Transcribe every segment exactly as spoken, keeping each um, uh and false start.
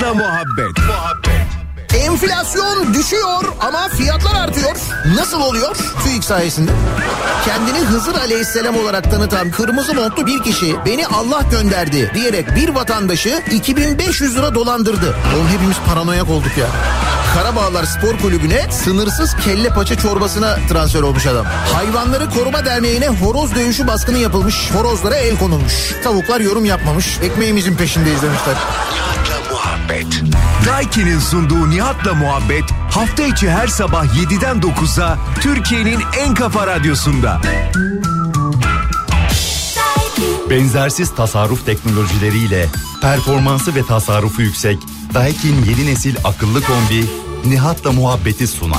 Nihat'la muhabbet. Muhabbet. Enflasyon düşüyor ama fiyatlar artıyor. Nasıl oluyor? TÜİK sayesinde. Kendini Hızır Aleyhisselam olarak tanıtan kırmızı montlu bir kişi beni Allah gönderdi diyerek bir vatandaşı iki bin beş yüz lira dolandırdı. Oğlum hepimiz paranoyak olduk ya. Karabağlar Spor Kulübü'ne sınırsız kelle paça çorbasına transfer olmuş adam. Hayvanları Koruma Derneği'ne horoz dövüşü baskını yapılmış. Horozlara el konulmuş. Tavuklar yorum yapmamış. Ekmeğimizin peşindeyiz demişler. Nihat'la muhabbet. Daiki'nin sunduğu Nihat'la muhabbet hafta içi her sabah yediden dokuza Türkiye'nin en kafa radyosunda. Benzersiz tasarruf teknolojileriyle performansı ve tasarrufu yüksek Daikin yeni nesil akıllı kombi Nihat'la muhabbeti sunar.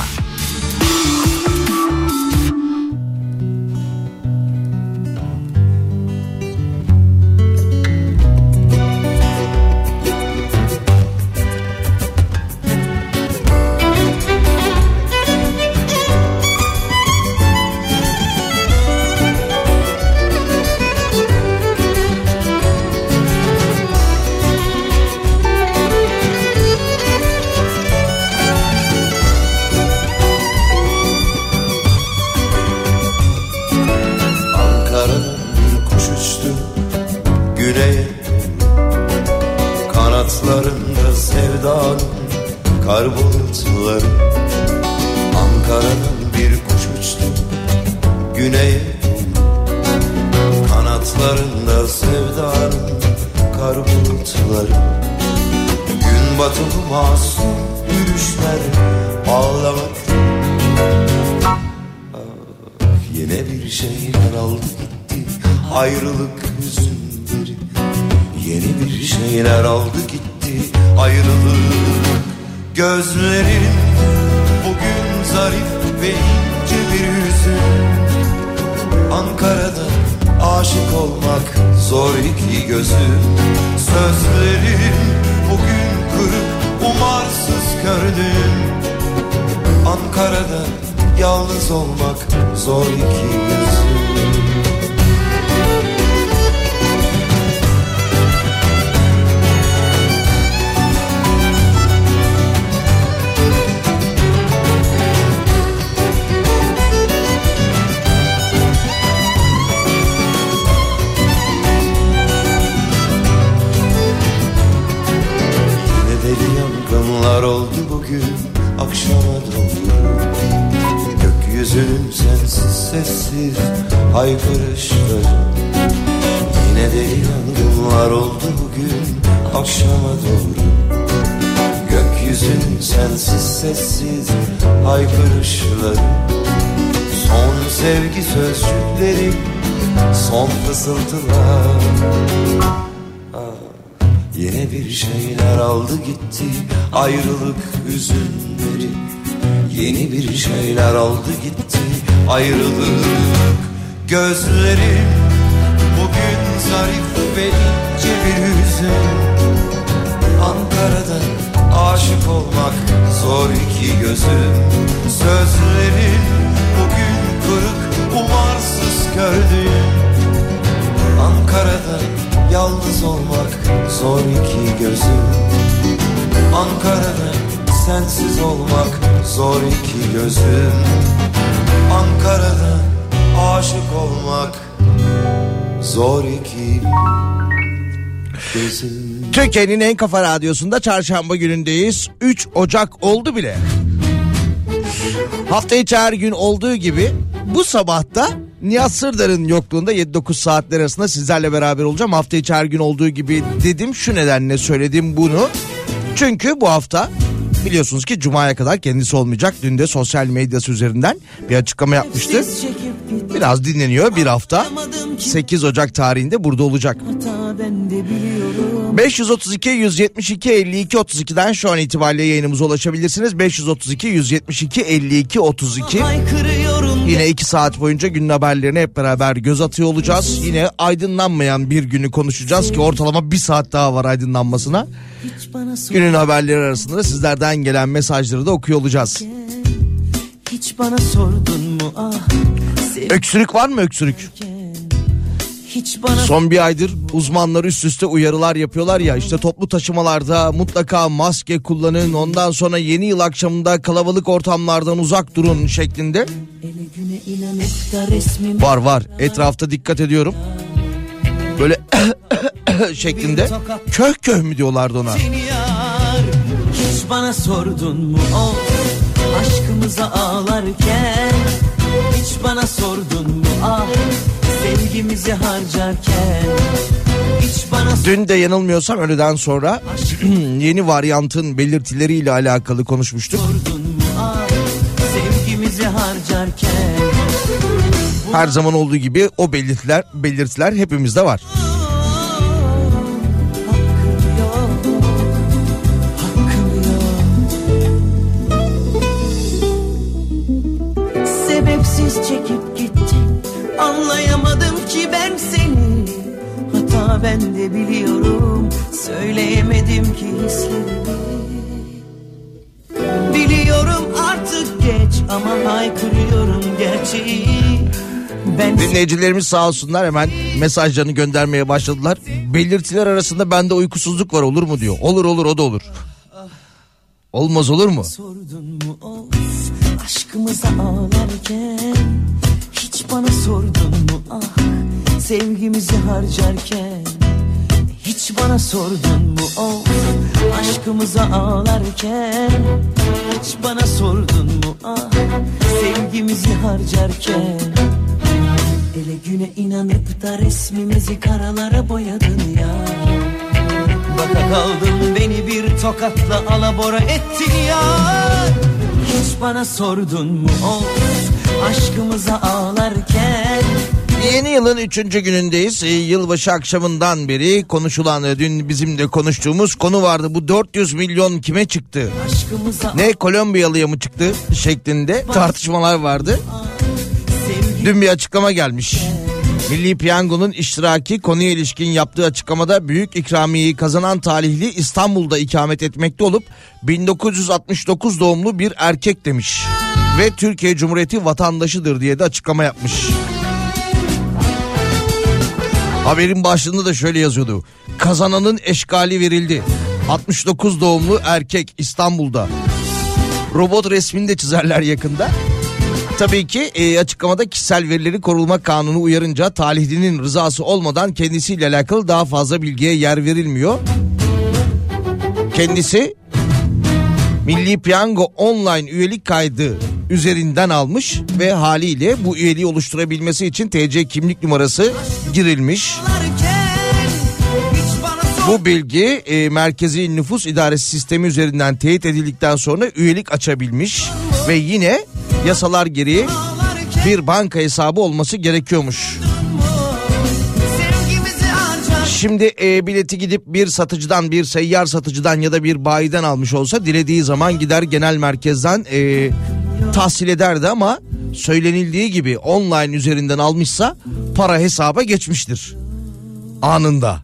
Ayrılık hüzünleri yeni bir şeyler aldı gitti. Ayrılık gözlerim bugün zarif ve ince bir hüzün. Ankara'da aşık olmak zor iki gözüm. Sözlerin bugün kırık umarsız gördüm. Ankara'da yalnız olmak zor iki gözüm. Ankara'da sensiz olmak zor iki gözüm. Ankara'da aşık olmak zor iki gözüm. Türkiye'nin en kafa radyosunda çarşamba günündeyiz. üç Ocak oldu bile. Hafta içi her gün olduğu gibi bu sabahta Nihat Sırdar'ın yokluğunda yedi dokuz saatler arasında sizlerle beraber olacağım. Hafta içi her gün olduğu gibi dedim, şu nedenle söyledim bunu. Çünkü bu hafta biliyorsunuz ki Cuma'ya kadar kendisi olmayacak. Dün de sosyal medyası üzerinden bir açıklama yapmıştı. Biraz dinleniyor bir hafta. sekiz Ocak tarihinde burada olacak. beş yüz otuz iki yüz yetmiş iki elli iki otuz iki'den şu an itibariyle yayınımıza ulaşabilirsiniz. beş yüz otuz iki yüz yetmiş iki elli iki otuz iki. Yine iki saat boyunca günün haberlerine hep beraber göz atıyor olacağız. Yine aydınlanmayan bir günü konuşacağız ki ortalama bir saat daha var aydınlanmasına. Günün haberleri arasında sizlerden gelen mesajları da okuyor olacağız. Hiç bana sordun mu ah? Öksürük var mı öksürük? Son bir aydır uzmanlar üst üste uyarılar yapıyorlar ya, işte toplu taşımalarda mutlaka maske kullanın, ondan sonra yeni yıl akşamında kalabalık ortamlardan uzak durun şeklinde. Var var, etrafta dikkat ediyorum. Böyle şeklinde köh köh mü diyorlardı ona. Hiç bana sordun mu o aşkımıza ağlarken, hiç bana sordun mu ah sevgimizi harcarken, hiç bana... Dün de yanılmıyorsam öğleden sonra yeni varyantın belirtileriyle alakalı konuşmuştuk. Sordun mu ah sevgimizi harcarken. Her zaman olduğu gibi o belirtiler belirtiler hepimizde var. Sebepsiz çekip gittin, anlayamadım ki ben seni. Hata ben de biliyorum, söyleyemedim ki hislerimi. Biliyorum artık geç ama haykırıyorum gerçeği. Ben... Dinleyicilerimiz sağ olsunlar, hemen mesajlarını göndermeye başladılar. Belirtiler arasında bende uykusuzluk var, olur mu diyor. Olur olur, o da olur. Olmaz olur mu? Sordun mu o aşkımıza ağlarken, hiç bana sordun mu ah sevgimizi harcarken, hiç bana sordun mu o aşkımıza ağlarken, hiç bana sordun mu ah sevgimizi harcarken. Ele güne inanıp da resmimizi karalara boyadın ya. Baka kaldım beni bir tokatla alabora ettin ya. Hiç bana sordun mu o aşkımıza ağlarken. Yeni yılın üçüncü günündeyiz. Ee, yılbaşı akşamından beri konuşulan, dün bizim de konuştuğumuz konu vardı. Bu dört yüz milyon kime çıktı? Aşkımıza... Ne Kolombiyalıya mı çıktı şeklinde tartışmalar vardı. Dün bir açıklama gelmiş. Milli Piyango'nun iştiraki konuya ilişkin yaptığı açıklamada büyük ikramiyeyi kazanan talihli İstanbul'da ikamet etmekte olup bin dokuz yüz altmış dokuz doğumlu bir erkek demiş. Ve Türkiye Cumhuriyeti vatandaşıdır diye de açıklama yapmış. Haberin başlığında da şöyle yazıyordu. Kazananın eşkali verildi. altmış dokuz doğumlu erkek İstanbul'da. Robot resmini de çizerler yakında. Tabii ki e, açıklamada kişisel verileri korunma kanunu uyarınca talihlinin rızası olmadan kendisiyle alakalı daha fazla bilgiye yer verilmiyor. Kendisi Milli Piyango online üyelik kaydı üzerinden almış ve haliyle bu üyeliği oluşturabilmesi için T C kimlik numarası girilmiş. Bu bilgi e, Merkezi Nüfus İdaresi Sistemi üzerinden teyit edildikten sonra üyelik açabilmiş ve yine yasalar gereği bir banka hesabı olması gerekiyormuş. Şimdi e, bileti gidip bir satıcıdan, bir seyyar satıcıdan ya da bir bayiden almış olsa dilediği zaman gider genel merkezden e, tahsil ederdi ama söylenildiği gibi online üzerinden almışsa para hesaba geçmiştir anında.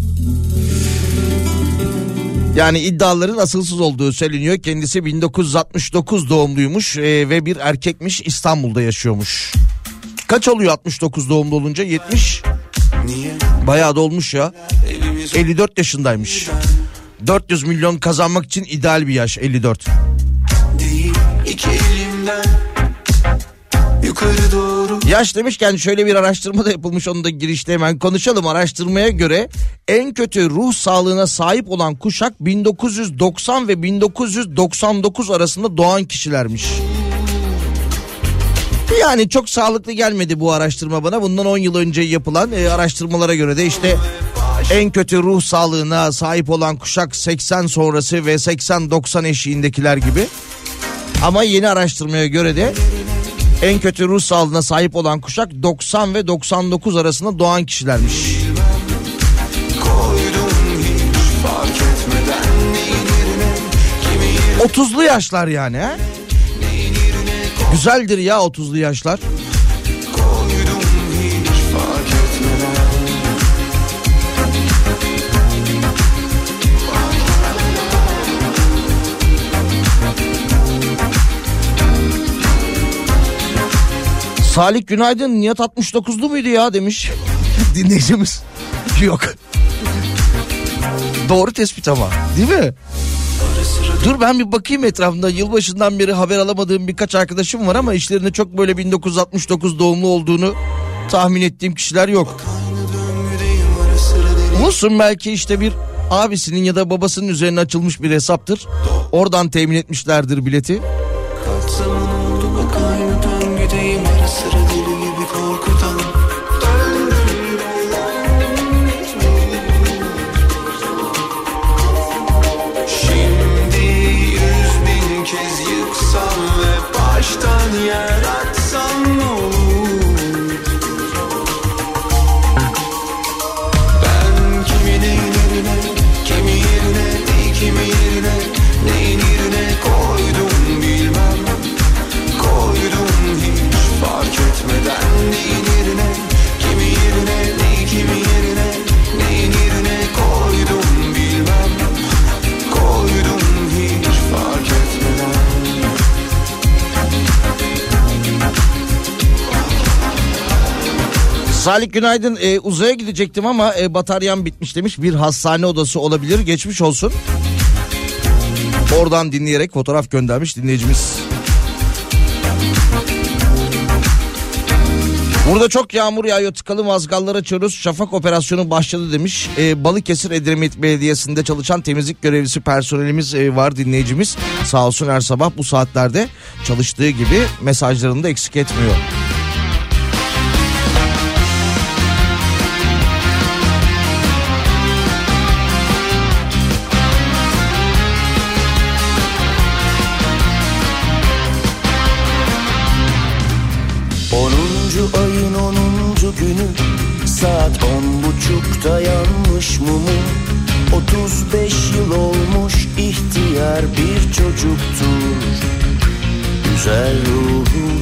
Yani iddiaların asılsız olduğu söyleniyor. Kendisi bin dokuz yüz altmış dokuz doğumluymuş e, ve bir erkekmiş, İstanbul'da yaşıyormuş. Kaç oluyor altmış dokuz doğumlu olunca? yetmiş. Bayağı da olmuş ya. elli dört yaşındaymış. dört yüz milyon kazanmak için ideal bir yaş elli dört. Yaş demişken şöyle bir araştırma da yapılmış, onu da girişte hemen konuşalım. Araştırmaya göre en kötü ruh sağlığına sahip olan kuşak bin dokuz yüz doksan ve bin dokuz yüz doksan dokuz arasında doğan kişilermiş. Yani çok sağlıklı gelmedi bu araştırma bana. Bundan on yıl önce yapılan e, araştırmalara göre de işte en kötü ruh sağlığına sahip olan kuşak seksen sonrası ve seksen doksan eşiğindekiler gibi. Ama yeni araştırmaya göre de en kötü ruh sağlığına sahip olan kuşak doksan ve doksan dokuz arasında doğan kişilermiş. otuzlu yaşlar yani he? Güzeldir ya otuzlu yaşlar. Salih günaydın, Nihat altmış dokuzlu muydu ya demiş. Dinleyicimiz yok. Doğru tespit ama, değil mi? Dur ben bir bakayım etrafımda. Yılbaşından beri haber alamadığım birkaç arkadaşım var ama işlerinde çok böyle bin dokuz yüz altmış dokuz doğumlu olduğunu tahmin ettiğim kişiler yok. Olsun, belki işte bir abisinin ya da babasının üzerine açılmış bir hesaptır. Oradan temin etmişlerdir bileti. Baştan yaratsam ne olur? Ben kimin yerine, kimi yerine, kimi yerine, neyin yerine koydum bilmem. Koydum hiç fark etmeden neyin yerine, kimi yerine, neyi kimi yerine, neyin yerine koydum bilmem. Koydum hiç fark etmeden. Salih günaydın, ee, uzaya gidecektim ama e, bataryam bitmiş demiş. Bir hastane odası olabilir, geçmiş olsun. Oradan dinleyerek fotoğraf göndermiş dinleyicimiz. Burada çok yağmur yağıyor, tıkalı mazgallar açıyoruz. Şafak operasyonu başladı demiş. Ee, Balıkesir Edremit Belediyesi'nde çalışan temizlik görevlisi personelimiz e, var dinleyicimiz. Sağ olsun her sabah bu saatlerde çalıştığı gibi mesajlarını da eksik etmiyor. onuncu ayın onuncu günü saat on buçukta yanmış mumu. Otuz beş yıl olmuş ihtiyar bir çocuktur güzel ruhum.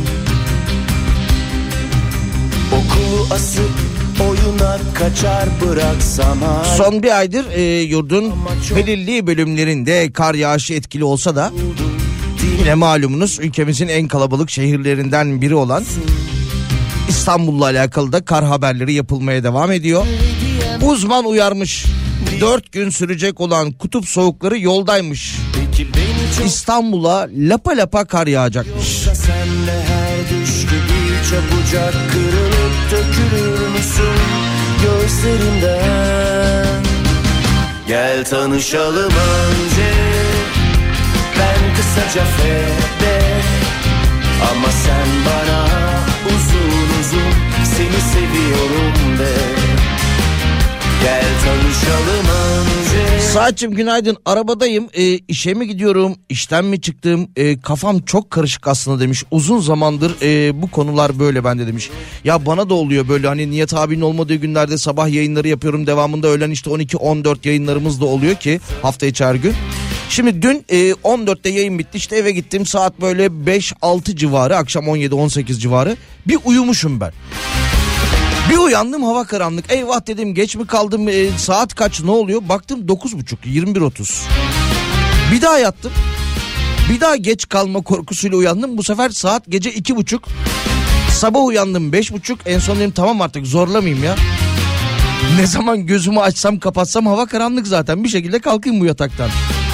Okulu asıp oyuna kaçar bıraksana. Son bir aydır e, yurdun belirli bölümlerinde kar yağışı etkili olsa da yine malumunuz ülkemizin en kalabalık şehirlerinden biri olan İstanbul'la alakalı da kar haberleri yapılmaya devam ediyor. Uzman uyarmış. Dört gün sürecek olan kutup soğukları yoldaymış. İstanbul'a lapa lapa kar yağacakmış. Senle her düş gibi çabucak kırılıp dökülür müsün gözlerimden? Gel tanışalım önce, ben kısaca fede, ama sen bana uzun uzun seni seviyorum de. Gel tanışalım önce. Saatçim günaydın, arabadayım, e, işe mi gidiyorum, işten mi çıktım, e, kafam çok karışık aslında demiş. Uzun zamandır e, bu konular böyle bende demiş. Ya bana da oluyor böyle, hani Nihat abinin olmadığı günlerde sabah yayınları yapıyorum, devamında öğlen işte on iki on dört yayınlarımız da oluyor ki hafta içi her gün. Şimdi dün e, on dörtte yayın bitti, işte eve gittim saat böyle beş altı civarı, akşam on yedi on sekiz civarı, bir uyumuşum ben. Bir uyandım, hava karanlık. Eyvah dedim, geç mi kaldım, e, saat kaç, ne oluyor? Baktım dokuz buçuk, yirmi bir otuz. Bir daha yattım. Bir daha geç kalma korkusuyla uyandım. Bu sefer saat gece iki buçuk. Sabah uyandım beş buçuk. En son dedim tamam artık zorlamayayım ya. Ne zaman gözümü açsam kapatsam hava karanlık zaten. Bir şekilde kalkayım bu yataktan.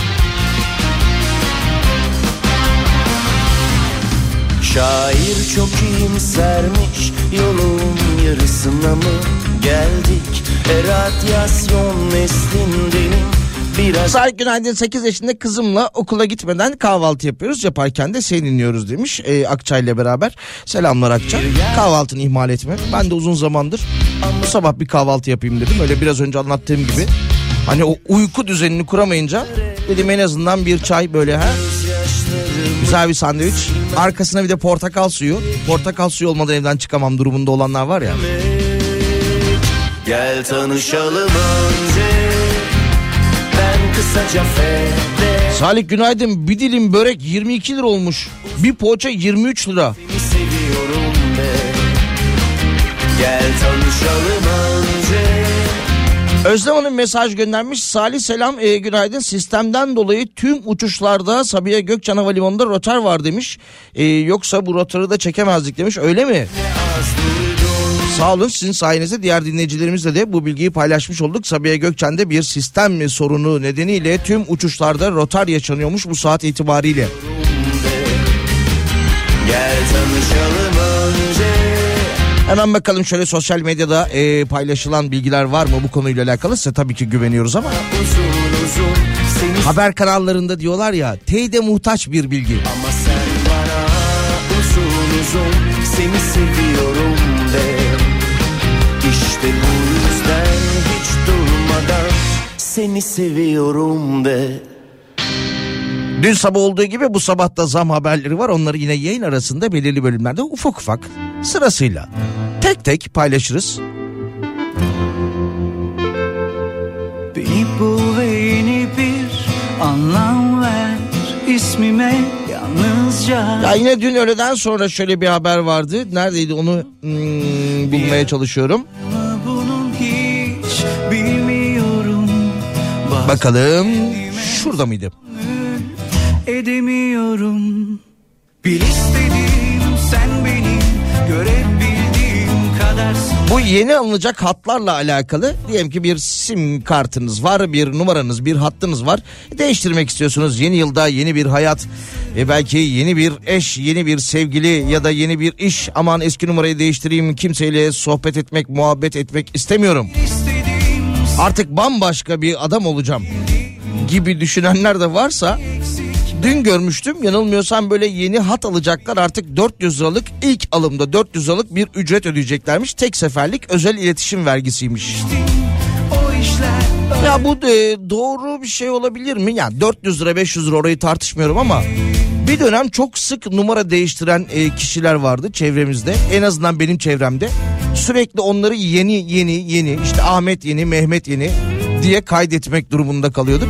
Şair çok iyimsermiş, yolun yarısına mı geldik? E radyasyon neslindenim biraz. Sahip günaydın, sekiz yaşında kızımla okula gitmeden kahvaltı yapıyoruz. Yaparken de seni dinliyoruz demiş e, Akçay'la beraber. Selamlar Akçay. Kahvaltını ihmal etme. Ben de uzun zamandır bu sabah bir kahvaltı yapayım dedim. Öyle biraz önce anlattığım gibi. Hani o uyku düzenini kuramayınca dedim en azından bir çay böyle ha. Güzel bir sandviç. Arkasına bir de portakal suyu. Portakal suyu olmadan evden çıkamam durumunda olanlar var ya. Gel tanışalım önce, ben kısaca fede. Salih günaydın, bir dilim börek yirmi iki lira olmuş. Bir poğaça yirmi üç lira. Seviyorum de. Gel tanışalım önce. Özlem Hanım mesaj göndermiş. Salih selam, e, günaydın. Sistemden dolayı tüm uçuşlarda Sabiha Gökçen Havalimanı'nda rotar var demiş. E, yoksa bu rotarı da çekemezdik demiş. Öyle mi? Sağ olun, sizin sayenizde diğer dinleyicilerimizle de bu bilgiyi paylaşmış olduk. Sabiha Gökçen'de bir sistem sorunu nedeniyle tüm uçuşlarda rotar yaşanıyormuş bu saat itibariyle. Gel tanışalım önce. Hemen bakalım şöyle sosyal medyada e, paylaşılan bilgiler var mı bu konuyla alakalı? Size tabii ki güveniyoruz ama Uzun uzun seni... haber kanallarında diyorlar ya, teyide muhtaç bir bilgi. Ama sen bana uzun uzun seni seviyorum de. İşte bu yüzden hiç durmadan seni seviyorum de. Dün sabah olduğu gibi bu sabah da zam haberleri var. Onları yine yayın arasında belirli bölümlerde ufak ufak sırasıyla tek tek paylaşırız. Beni bul ve yeni bir anlam ver ismime yalnızca. Ya yine dün öğleden sonra şöyle bir haber vardı. Neredeydi onu hmm, bulmaya çalışıyorum. Bunun hiç bilmiyorum. Bakalım şurada mıydı? Edemiyorum. Bil istedim sen benim görebildiğim kadarsın. Bu yeni alınacak hatlarla alakalı, diyelim ki bir sim kartınız var, bir numaranız, bir hattınız var. Değiştirmek istiyorsunuz. Yeni yılda yeni bir hayat, e belki yeni bir eş, yeni bir sevgili ya da yeni bir iş. Aman eski numarayı değiştireyim, kimseyle sohbet etmek, muhabbet etmek istemiyorum. Artık bambaşka bir adam olacağım gibi düşünenler de varsa, dün görmüştüm, yanılmıyorsam böyle yeni hat alacaklar, artık dört yüz liralık ilk alımda dört yüz liralık bir ücret ödeyeceklermiş. Tek seferlik özel iletişim vergisiymiş. Ya bu de doğru bir şey olabilir mi? Yani dört yüz lira beş yüz lira orayı tartışmıyorum ama bir dönem çok sık numara değiştiren e, kişiler vardı çevremizde. En azından benim çevremde. Sürekli onları yeni yeni yeni işte Ahmet yeni, Mehmet yeni diye kaydetmek durumunda kalıyorduk.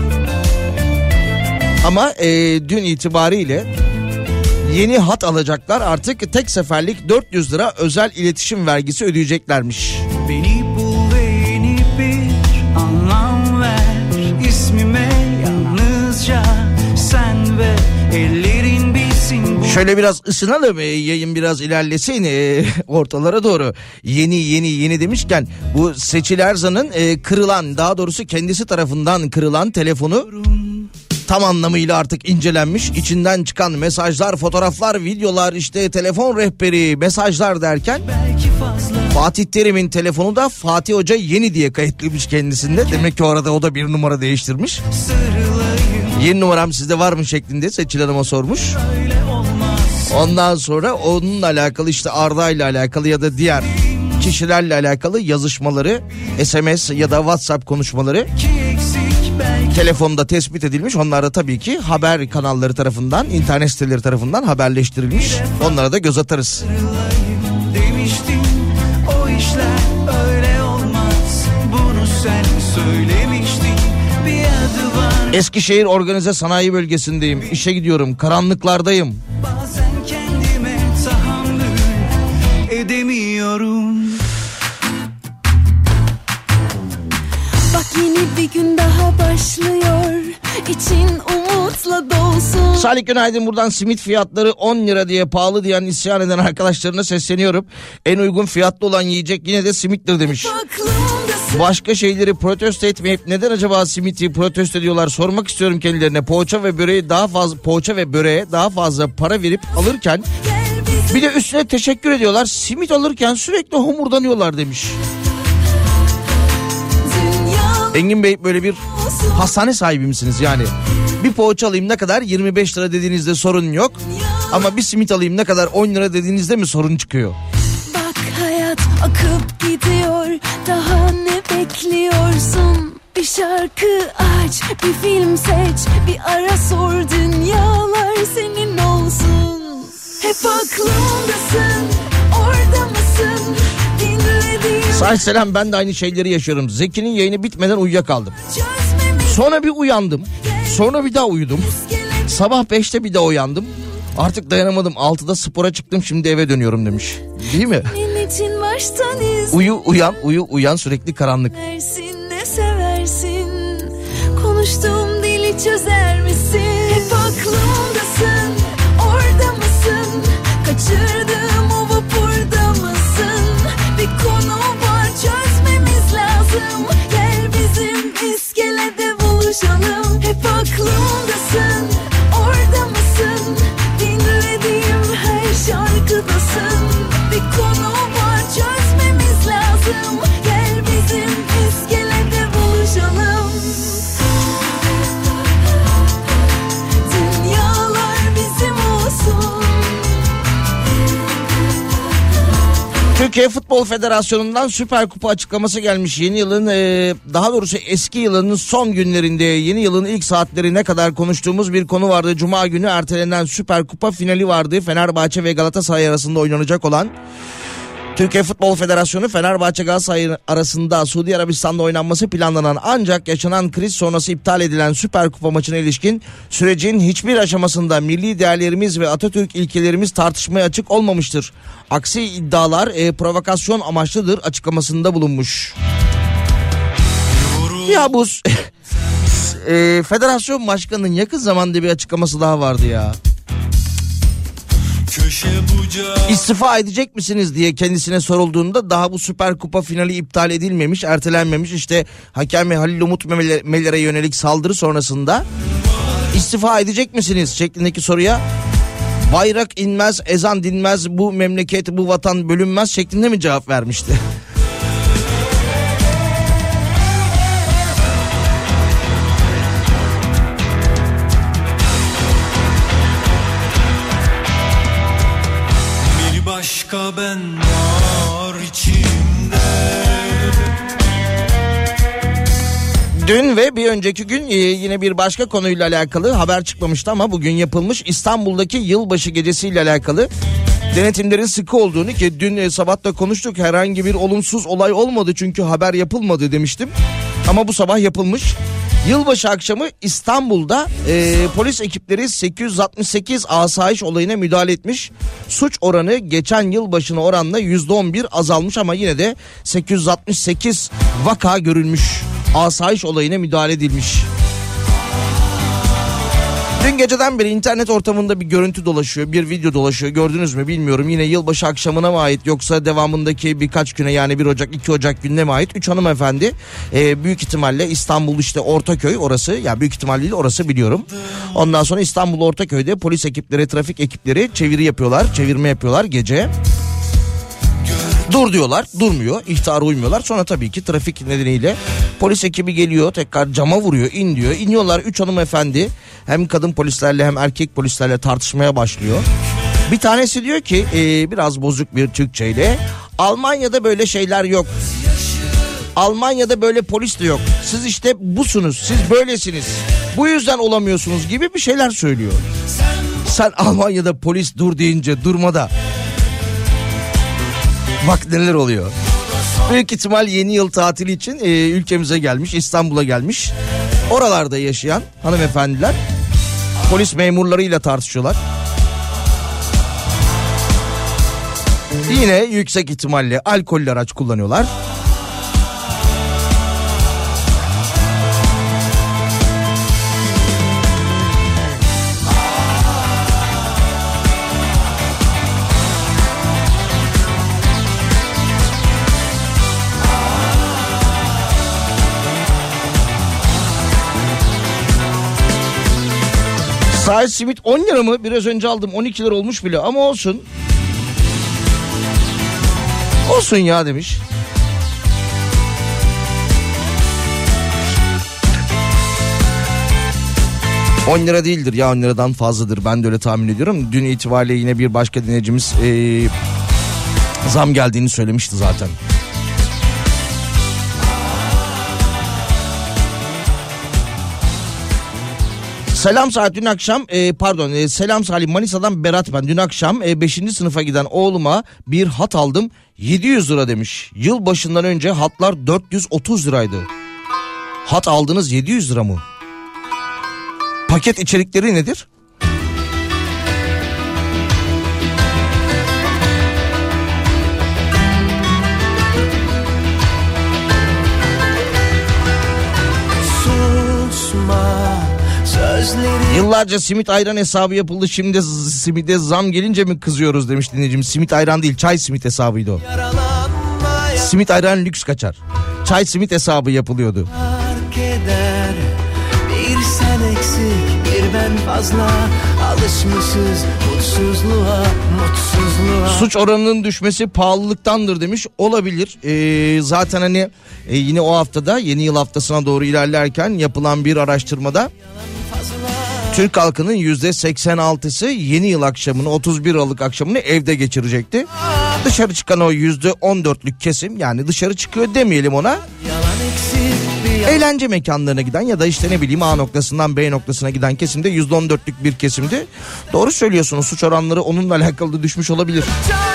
Ama e, dün itibariyle yeni hat alacaklar, artık tek seferlik dört yüz lira özel iletişim vergisi ödeyeceklermiş. Beni bul ve yeni bir anlam ver ismime yalnızca sen ve ellerin bilsin bu. Şöyle biraz ısınalım, e, yayın biraz ilerlesin e, ortalara doğru. Yeni yeni yeni demişken, bu Seçil Erzan'ın e, kırılan, daha doğrusu kendisi tarafından kırılan telefonu tam anlamıyla artık incelenmiş. İçinden çıkan mesajlar, fotoğraflar, videolar, işte telefon rehberi, mesajlar derken Fatih Terim'in telefonu da Fatih Hoca yeni diye kayıtlıymış kendisinde. Demek ki orada o da bir numara değiştirmiş. Yeni numaram sizde var mı şeklinde Seçil Hanım'a sormuş. Ondan sonra onunla alakalı, işte Arda ile alakalı ya da diğer kişilerle alakalı yazışmaları, S M S ya da WhatsApp konuşmaları telefonda tespit edilmiş. Onlar da tabii ki haber kanalları tarafından, internet siteleri tarafından haberleştirilmiş. Onlara da göz atarız. Demiştin o işler öyle olmaz. Bunu sen söylemiştin. Bir adı var. Eskişehir Organize Sanayi Bölgesi'ndeyim. İşe gidiyorum. Karanlıklardayım. Bazen kendime tahammül edemiyorum. Bak yeni bir gün daha başlıyor. İçin umutla dolsun. Salih günaydın, buradan simit fiyatları on lira diye pahalı diyen, isyan eden arkadaşlarına sesleniyorum. En uygun fiyatlı olan yiyecek yine de simittir demiş. Başka şeyleri protesto etmeyip neden acaba simiti protesto ediyorlar sormak istiyorum kendilerine. Poğaça ve böreği daha fazla poğaça ve böreğe daha fazla para verip alırken bir de üstüne teşekkür ediyorlar. Simit alırken sürekli homurdanıyorlar demiş. Engin Bey, böyle bir hastane sahibi misiniz yani? Bir poğaça alayım ne kadar? yirmi beş lira dediğinizde sorun yok. Ama bir simit alayım ne kadar? on lira dediğinizde mi sorun çıkıyor? Bak hayat akıp gidiyor. Daha ne bekliyorsun? Bir şarkı aç, bir film seç, bir ara sor, dünyalar senin olsun. Hep aklımdasın, orada mısın? Dinlediğim... Sağ selam, ben de aynı şeyleri yaşıyorum. Zeki'nin yayını bitmeden uyuyakaldım. Sonra bir uyandım. Sonra bir daha uyudum. Sabah beşte bir daha uyandım. Artık dayanamadım. altıda spora çıktım, şimdi eve dönüyorum demiş. Değil mi? Uyu uyan uyu uyan sürekli karanlık. Ne seversin? Konuştuğum dili çözer misin? Hep aklımdasın. Orada mısın? Kaçırdığım o vapurda mısın? Bir koy Türkiye Futbol Federasyonu'ndan Süper Kupa açıklaması gelmiş. Yeni yılın e, daha doğrusu eski yılın son günlerinde yeni yılın ilk saatlerine kadar konuştuğumuz bir konu vardı. Cuma günü ertelenen Süper Kupa finali vardı. Fenerbahçe ve Galatasaray arasında oynanacak olan. Türkiye Futbol Federasyonu Fenerbahçe Galatasaray arasında Suudi Arabistan'da oynanması planlanan ancak yaşanan kriz sonrası iptal edilen Süper Kupa maçına ilişkin sürecin hiçbir aşamasında milli değerlerimiz ve Atatürk ilkelerimiz tartışmaya açık olmamıştır. Aksi iddialar e, provokasyon amaçlıdır açıklamasında bulunmuş. Ya bu e, federasyon başkanının yakın zamanda bir açıklaması daha vardı ya. İstifa edecek misiniz diye kendisine sorulduğunda daha bu Süper Kupa finali iptal edilmemiş, ertelenmemiş. İşte hakem Halil Umut Meler'e yönelik saldırı sonrasında istifa edecek misiniz şeklindeki soruya bayrak inmez, ezan dinmez, bu memleket, bu vatan bölünmez şeklinde mi cevap vermişti? Başka ben var içimde. Dün ve bir önceki gün yine bir başka konuyla alakalı haber çıkmamıştı ama bugün yapılmış. İstanbul'daki yılbaşı gecesiyle alakalı denetimlerin sıkı olduğunu, ki dün sabah da konuştuk, herhangi bir olumsuz olay olmadı çünkü haber yapılmadı demiştim. Ama bu sabah yapılmış. Yılbaşı akşamı İstanbul'da e, polis ekipleri sekiz yüz altmış sekiz asayiş olayına müdahale etmiş. Suç oranı geçen yılbaşına oranla yüzde on bir azalmış ama yine de sekiz yüz altmış sekiz vaka görülmüş. Asayiş olayına müdahale edilmiş. Dün geceden beri internet ortamında bir görüntü dolaşıyor, bir video dolaşıyor. Gördünüz mü bilmiyorum. Yine yılbaşı akşamına mı ait yoksa devamındaki birkaç güne, yani bir Ocak iki Ocak gününe mi ait? Üç hanımefendi e, büyük ihtimalle İstanbul işte Ortaköy orası, ya yani büyük ihtimalle değil orası biliyorum. Ondan sonra İstanbul Ortaköy'de polis ekipleri, trafik ekipleri çeviri yapıyorlar, çevirme yapıyorlar gece. Dur diyorlar, durmuyor, ihtara uymuyorlar. Sonra tabii ki trafik nedeniyle polis ekibi geliyor, tekrar cama vuruyor, in diyor. İniyorlar, üç hanımefendi hem kadın polislerle hem erkek polislerle tartışmaya başlıyor. Bir tanesi diyor ki e, biraz bozuk bir Türkçeyle, Almanya'da böyle şeyler yok. Almanya'da böyle polis de yok. Siz işte busunuz, siz böylesiniz. Bu yüzden olamıyorsunuz gibi bir şeyler söylüyor. Sen Almanya'da polis dur deyince durmada. Bak neler oluyor. Büyük ihtimal yeni yıl tatili için e, ülkemize gelmiş, İstanbul'a gelmiş. Oralarda yaşayan hanımefendiler polis memurlarıyla tartışıyorlar. Yine yüksek ihtimalle alkollü araç kullanıyorlar. Sahil simit on lira mı? Biraz önce aldım, on iki lira olmuş bile ama olsun. Olsun ya demiş. on lira değildir ya, on liradan fazladır, ben de öyle tahmin ediyorum. Dün itibariyle yine bir başka dinleyicimiz ee, zam geldiğini söylemişti zaten. Selam Salih, dün akşam e, pardon e, selam Salih, Manisa'dan Berat ben. Dün akşam e, beşinci sınıfa giden oğluma bir hat aldım, yedi yüz lira demiş. Yıl başından önce hatlar dört yüz otuz liraydı. Hat aldınız yedi yüz lira mı? Paket içerikleri nedir? Yıllarca simit ayran hesabı yapıldı, şimdi simite zam gelince mi kızıyoruz demiş dinleyicim. Simit ayran değil, çay simit hesabıydı o. Simit ayran lüks kaçar. Çay simit hesabı yapılıyordu. Bir sen eksik, bir ben fazla, alışmışız mutsuzluğa, mutsuzluğa. Suç oranının düşmesi pahalılıktandır demiş. Olabilir. Ee, zaten hani e, yine o haftada yeni yıl haftasına doğru ilerlerken yapılan bir araştırmada Türk halkının yüzde seksen altısı yeni yıl akşamını, otuz bir Aralık akşamını evde geçirecekti. Dışarı çıkan o yüzde on dörtlük kesim, yani dışarı çıkıyor demeyelim ona. Eğlence mekanlarına giden ya da işte ne bileyim A noktasından B noktasına giden kesimde yüzde on dörtlük bir kesimdi. Doğru söylüyorsunuz, suç oranları onunla alakalı da düşmüş olabilir.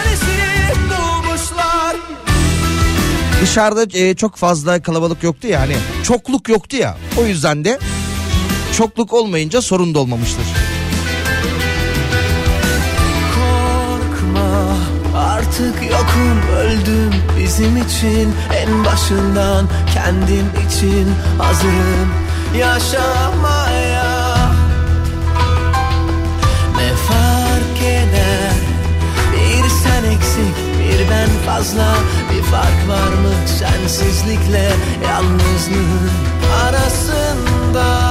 Dışarıda e, çok fazla kalabalık yoktu ya, hani çokluk yoktu ya, o yüzden de çokluk olmayınca sorun da olmamıştır. Korkma, artık yokum, öldüm bizim için. En başından kendim için hazırım yaşamaya. Ne fark eder, bir sen eksik, bir ben fazla. Bir fark var mı sensizlikle yalnızlığın arasında?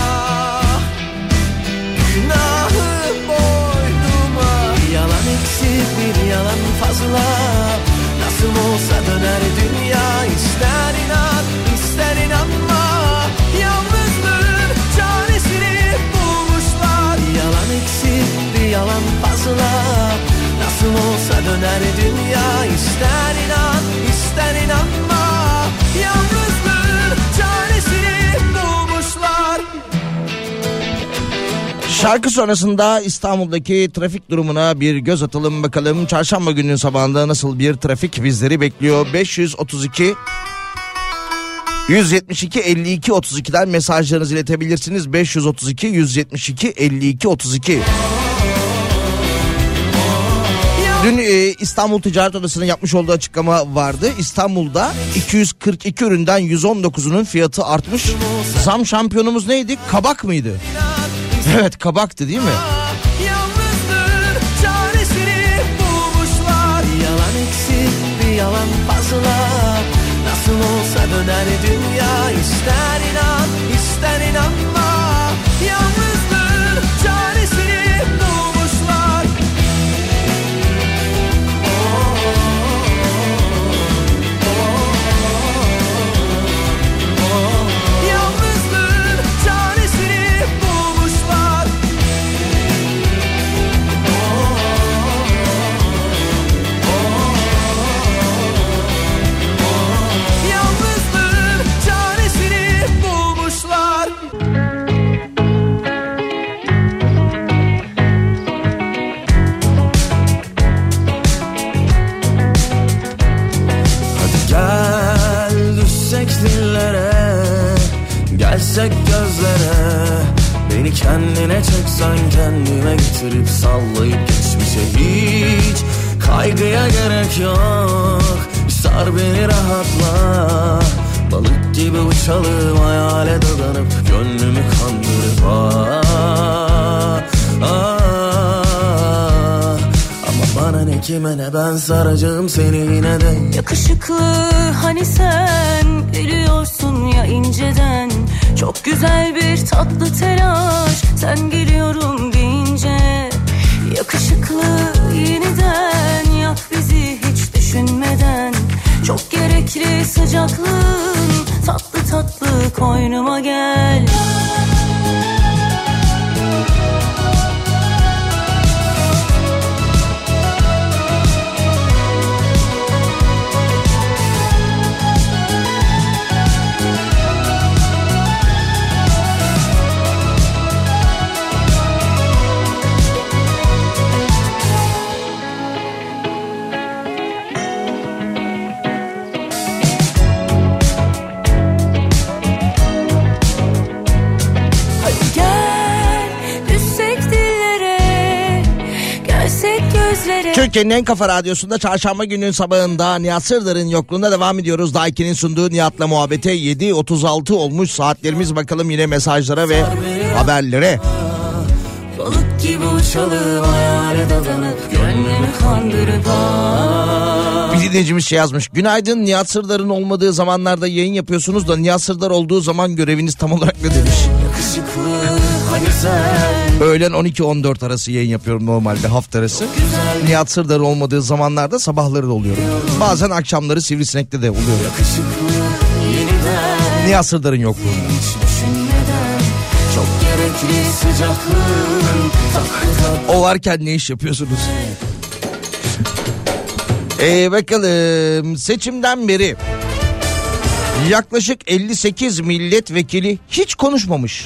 Günahı boynuma, bir yalan eksik, bir yalan fazla. Nasıl olsa döner dünya, ister inan ister inanma. Yalnızlığın çaresini bulmuşlar. Bir yalan eksik, bir yalan fazla. Nasıl olsa döner dünya, ister inan ister inanma. Yalnızlığın çaresini bulmuşlar. Şarkı sonrasında İstanbul'daki trafik durumuna bir göz atalım bakalım. Çarşamba gününün sabahında nasıl bir trafik bizleri bekliyor? beş yüz otuz iki yüz yetmiş iki elli iki otuz iki'den mesajlarınızı iletebilirsiniz. beş yüz otuz iki yüz yetmiş iki elli iki otuz iki. Dün e, İstanbul Ticaret Odası'nın yapmış olduğu açıklama vardı. İstanbul'da iki yüz kırk iki üründen yüz on dokuzunun fiyatı artmış. Zam şampiyonumuz neydi? Kabak mıydı? Evet, kabaktı değil mi? Yalnızlığın çaresini bulmuşlar. Bir yalan eksik, bir yalan fazla. Nasıl olsa döner dünya, ister inan ister inanma. Yalnızlığın çaresini bulmuşlar. Yalnızlığın çaresini bulmuşlar. Yalnızlığın çaresini bulmuşlar. Hadi gel düşsek dillere, gelsek gözlere. Beni kendine çeksen kendime getirip sallayıp geçmişe hiç kaygıya gerek yok. Bir sar beni rahatla, balık gibi uçalım hayale dadanıp gönlümü kandırıp ah, ah. Ama bana ne kime ne, ben saracağım seni yine de. Yakışıklı hani sen gülüyorsun ya inceden. Çok güzel bir tatlı telaş, sen geliyorum deyince. Yakışıklı yeniden yak bizi hiç düşünmeden. Çok gerekli sıcaklığın, tatlı tatlı koynuma gel. Türkiye'nin en kafa radyosunda çarşamba gününün sabahında Nihat Sırdar'ın yokluğunda devam ediyoruz. Daiki'nin sunduğu Nihat'la muhabbete. Yedi otuz altı olmuş saatlerimiz, bakalım yine mesajlara ve haberlere. Balık gibi uçalım hayale dadanıp gönlümü kandırıp ah. Bir dinleyicimiz şey yazmış. Günaydın, Nihat Sırdar'ın olmadığı zamanlarda yayın yapıyorsunuz da Nihat Sırdar olduğu zaman göreviniz tam olarak ne demiş. Yakışıklı hani sen. Öğlen on iki on dört arası yayın yapıyorum normalde, hafta arası. Nihat Sırdar olmadığı zamanlarda sabahları da oluyorum. Bazen akşamları Sivrisinek'te de oluyorum. Nihat Sırdar'ın yokluğunda. Çok gerekli sıcaklığın. O varken ne iş yapıyorsunuz? Ee, bakalım seçimden beri yaklaşık elli sekiz milletvekili hiç konuşmamış.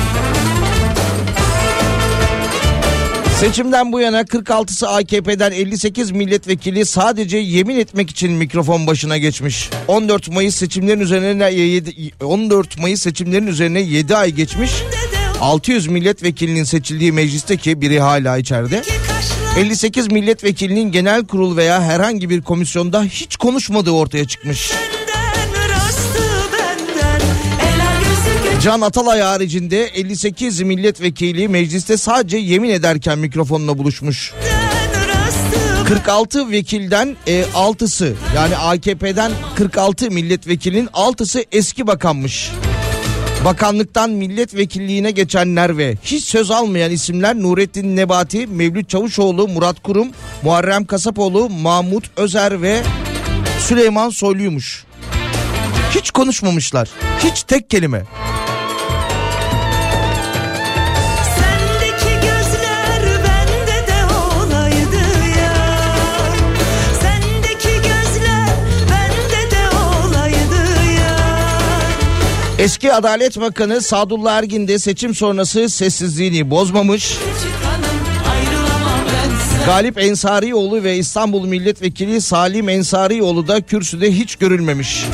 Seçimden bu yana kırk altısı A K P'den, elli sekiz milletvekili sadece yemin etmek için mikrofon başına geçmiş. on dört Mayıs seçimlerin üzerine on dört Mayıs seçimlerin üzerine yedi ay geçmiş. altı yüz milletvekilinin seçildiği mecliste, ki biri hala içeride, elli sekiz milletvekilinin genel kurul veya herhangi bir komisyonda hiç konuşmadığı ortaya çıkmış. Can Atalay haricinde elli sekiz milletvekili mecliste sadece yemin ederken mikrofonla buluşmuş. kırk altı vekilden e, altısı, yani A K P'den kırk altı milletvekilinin altısı eski bakanmış. Bakanlıktan milletvekilliğine geçenler ve hiç söz almayan isimler Nurettin Nebati, Mevlüt Çavuşoğlu, Murat Kurum, Muharrem Kasapoğlu, Mahmut Özer ve Süleyman Soylu'ymuş. Hiç konuşmamışlar. Hiç tek kelime. Eski Adalet Bakanı Sadullah Ergin de seçim sonrası sessizliğini bozmamış. Galip Ensarioğlu ve İstanbul Milletvekili Salim Ensarioğlu da kürsüde hiç görülmemiş.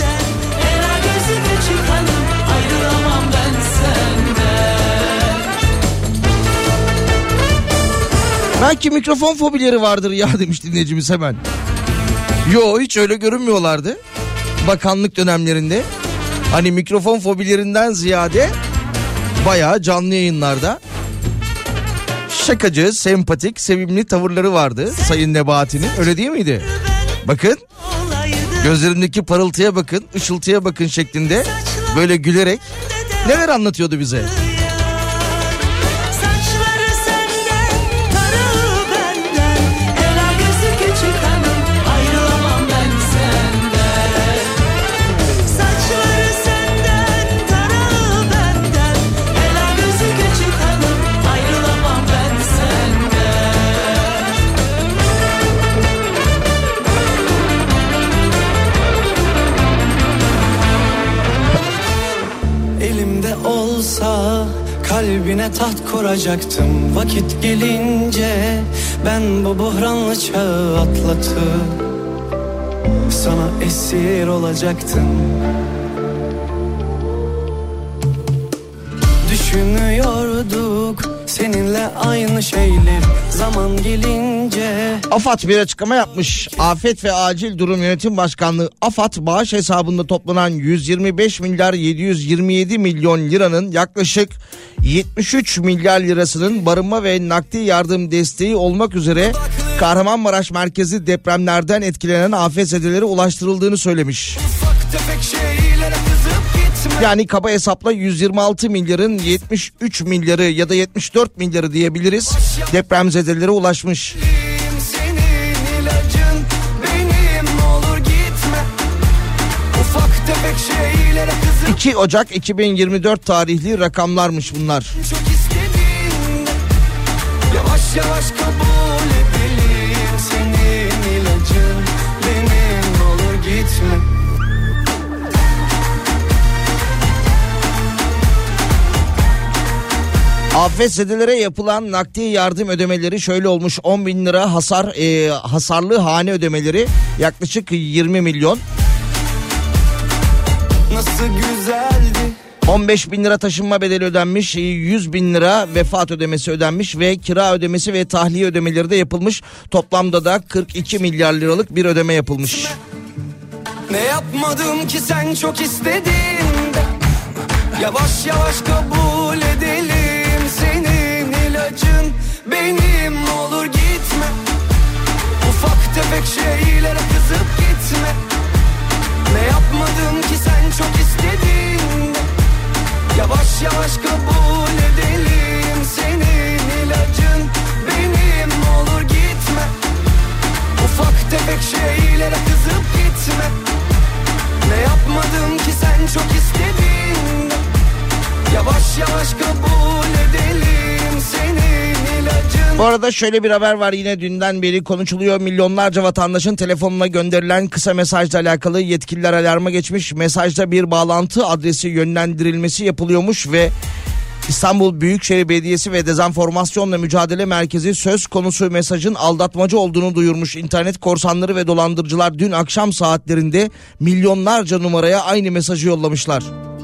Belki mikrofon fobileri vardır ya demiş dinleyicimiz hemen. Yo, hiç öyle görünmüyorlardı bakanlık dönemlerinde. Hani mikrofon fobilerinden ziyade bayağı canlı yayınlarda şakacı, sempatik, sevimli tavırları vardı Sayın Nebati'nin, öyle değil miydi? Bakın, gözlerindeki parıltıya bakın, ışıltıya bakın şeklinde böyle gülerek neler anlatıyordu bize. Kalbine taht kuracaktım vakit gelince, ben bu buhranlı çağı atlatıp sana esir olacaktım. Düşünüyorduk seninle aynı şeyler, zaman gelince. AFAD bir açıklama yapmış. Afet ve Acil Durum Yönetim Başkanlığı AFAD bağış hesabında toplanan yüz yirmi beş milyar yedi yüz yirmi yedi milyon liranın yaklaşık yetmiş üç milyar lirasının barınma ve nakdi yardım desteği olmak üzere Kahramanmaraş merkezi depremlerden etkilenen afetzedelere ulaştırıldığını söylemiş. Yani kaba hesapla yüz yirmi altı milyarın yetmiş üç milyarı ya da yetmiş dört milyarı diyebiliriz depremzedelere ulaşmış. iki Ocak iki bin yirmi dört tarihli rakamlarmış bunlar. Yavaş yavaş kabul edelim, senin ilacın benim, olur gitme. Afetzedelere yapılan nakdi yardım ödemeleri şöyle olmuş: on bin lira hasar e, hasarlı hane ödemeleri yaklaşık yirmi milyon. Nasıl güzeldi. on beş bin lira taşınma bedeli ödenmiş, yüz bin lira vefat ödemesi ödenmiş ve kira ödemesi ve tahliye ödemeleri de yapılmış. Toplamda da kırk iki milyar liralık bir ödeme yapılmış. Ne yapmadım ki sen çok istedin, yavaş yavaş kabul edelim, senin ilacın benim, olur gitme. Ufak tefek şeylere kızıp gitme. Ne yapmadım ki sen çok istedin, yavaş yavaş kabul edelim, senin ilacın benim, olur gitme. Ufak tefek şeylere kızıp gitme. Ne yapmadım ki sen çok istedin, yavaş yavaş kabul Bu arada şöyle bir haber var, yine dünden beri konuşuluyor. Milyonlarca vatandaşın telefonuna gönderilen kısa mesajla alakalı yetkililer alarma geçmiş. Mesajda bir bağlantı adresi yönlendirilmesi yapılıyormuş ve İstanbul Büyükşehir Belediyesi ve Dezenformasyonla Mücadele Merkezi söz konusu mesajın aldatmacı olduğunu duyurmuş. İnternet korsanları ve dolandırıcılar dün akşam saatlerinde milyonlarca numaraya aynı mesajı yollamışlar.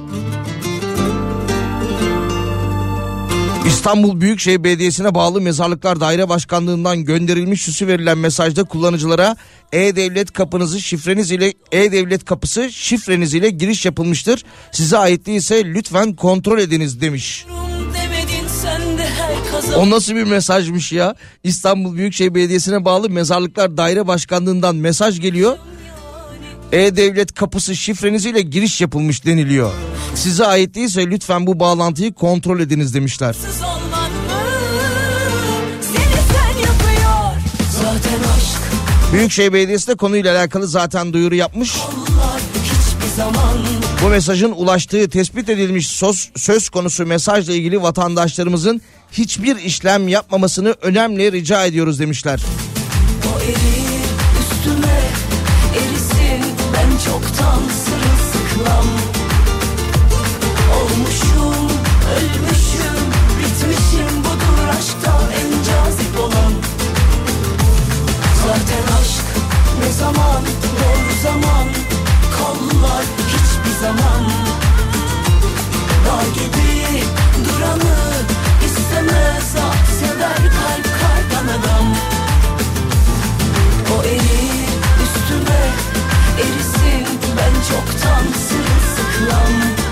İstanbul Büyükşehir Belediyesi'ne bağlı Mezarlıklar Daire Başkanlığı'ndan gönderilmiş süsü verilen mesajda kullanıcılara E-Devlet kapınızı şifreniz ile E-Devlet kapısı şifreniz ile giriş yapılmıştır. Size ait değilse lütfen kontrol ediniz demiş. O nasıl bir mesajmış ya? İstanbul Büyükşehir Belediyesi'ne bağlı Mezarlıklar Daire Başkanlığı'ndan mesaj geliyor. E-Devlet kapısı şifreniziyle giriş yapılmış deniliyor. Size ait değilse lütfen bu bağlantıyı kontrol ediniz demişler. Büyükşehir Belediyesi de konuyla alakalı zaten duyuru yapmış. Bu mesajın ulaştığı tespit edilmiş söz, söz konusu mesajla ilgili vatandaşlarımızın hiçbir işlem yapmamasını önemli rica ediyoruz demişler. O erir üstüme erisin, ben çoktan sırılsıklam olmuşum, ölmüşüm, bitmişim, budur aşkta en cazip olan. Zaten aşk ne zaman, doğru zaman, kollar hiçbir zaman. Dağ gibi duranı istemez, ah sever kalp kardan adam. O erir üstüme erisin, ben çoktan sırılsıklam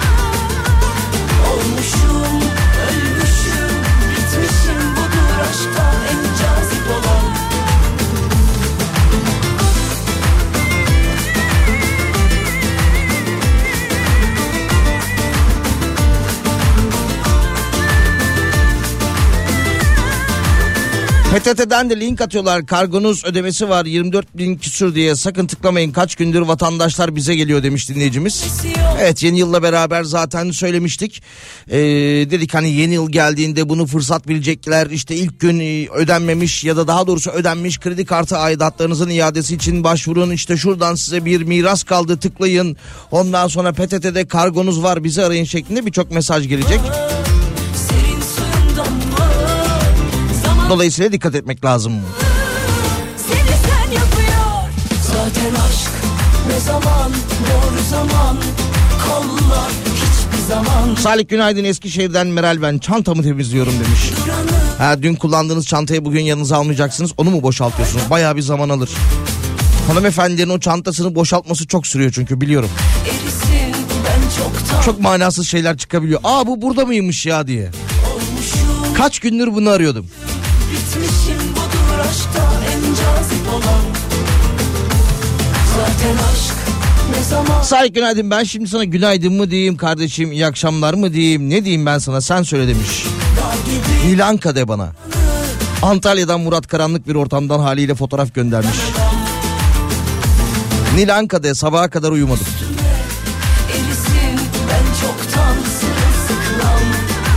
olmuşum, ölmüşüm, bitmişim, budur aşkta en cazip olan. P T T'den de link atıyorlar. Kargonuz ödemesi var yirmi dört bin küsür diye, sakın tıklamayın. Kaç gündür vatandaşlar bize geliyor demiş dinleyicimiz. Evet, yeni yılla beraber zaten söylemiştik. Ee, dedik hani yeni yıl geldiğinde bunu fırsat bilecekler. İşte ilk gün ödenmemiş ya da daha doğrusu ödenmiş kredi kartı aidatlarınızın iadesi için başvurun. İşte şuradan size bir miras kaldı, tıklayın. Ondan sonra P T T'de kargonuz var, bizi arayın şeklinde birçok mesaj gelecek. Dolayısıyla dikkat etmek lazım. Seni sen yapıyor. Zaten aşk ne zaman, doğru zaman, kollar hiçbir zaman. Salih günaydın, Eskişehir'den Meral ben, çantamı temizliyorum demiş. Ha, dün kullandığınız çantayı bugün yanınıza almayacaksınız, onu mu boşaltıyorsunuz? Bayağı bir zaman alır. Hanımefendinin o çantasını boşaltması çok sürüyor çünkü, biliyorum. Erisin, ben çoktan... Çok manasız şeyler çıkabiliyor. Aa, bu burada mıymış ya diye. Olmuşum. Kaç gündür bunu arıyordum. Bitmişim, budur aşkta en cazip olan. Zaten aşk ne zaman... Salih günaydın, ben şimdi sana günaydın mı diyeyim kardeşim, iyi akşamlar mı diyeyim, ne diyeyim ben sana, sen söyle demiş. Nilanka de bana. Antalya'dan Murat karanlık bir ortamdan haliyle fotoğraf göndermiş. Nilanka de, sabaha kadar uyumadım. Erisin, ben çoktan sırılsıklam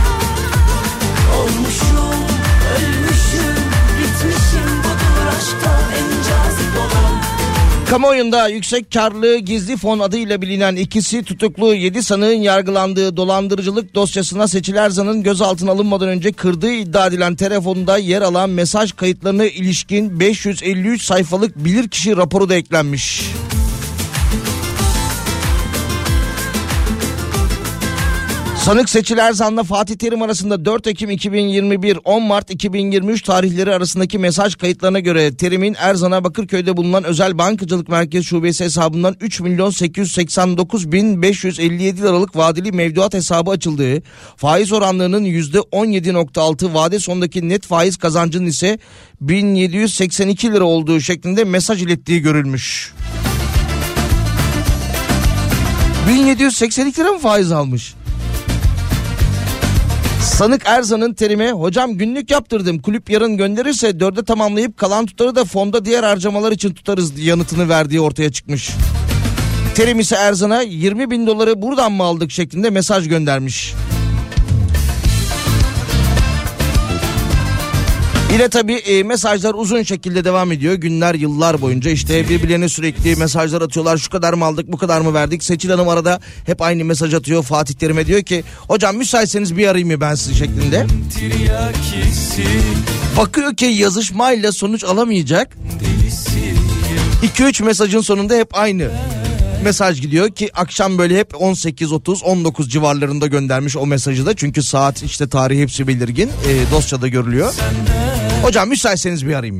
olmuşum, ölmüşüm, bitmişim, budur aşkta en cazip olan. Kamuoyunda yüksek karlı gizli fon adıyla bilinen ikisi tutuklu yedi sanığın yargılandığı dolandırıcılık dosyasına Seçil Erzan'ın gözaltına alınmadan önce kırdığı iddia edilen telefonda yer alan mesaj kayıtlarına ilişkin beş yüz elli üç sayfalık bilirkişi raporu da eklenmiş. Sanık Seçil Erzan'la Fatih Terim arasında dört Ekim iki bin yirmi bir on Mart iki bin yirmi üç tarihleri arasındaki mesaj kayıtlarına göre Terim'in Erzan'a Bakırköy'de bulunan Özel Bankacılık Merkez Şubesi hesabından üç milyon sekiz yüz seksen dokuz bin beş yüz elli yedi liralık vadeli mevduat hesabı açıldığı, faiz oranlarının yüzde on yedi nokta altı, vade sonundaki net faiz kazancının ise bin yedi yüz seksen iki lira olduğu şeklinde mesaj ilettiği görülmüş. bin yedi yüz seksen iki lira mı faiz almış? Sanık Erzan'ın Terim'e hocam günlük yaptırdım, kulüp yarın gönderirse dörde tamamlayıp kalan tutarı da fonda diğer harcamalar için tutarız yanıtını verdiği ortaya çıkmış. Terim ise Erzan'a yirmi bin doları buradan mı aldık şeklinde mesaj göndermiş. Yine tabii e, mesajlar uzun şekilde devam ediyor. Günler, yıllar boyunca işte birbirlerine sürekli mesajlar atıyorlar. Şu kadar mı aldık, bu kadar mı verdik? Seçil Hanım arada hep aynı mesaj atıyor. Fatih Terim'e diyor ki hocam müsaitseniz bir arayayım mı ben sizi şeklinde. Bakıyor ki yazışmayla sonuç alamayacak. iki üç mesajın sonunda hep aynı mesaj gidiyor ki akşam böyle hep on sekiz otuz on dokuz civarlarında göndermiş o mesajı da. Çünkü saat işte tarih hepsi belirgin. E, dosyada görülüyor. Hocam müsaitseniz bir arayayım mı?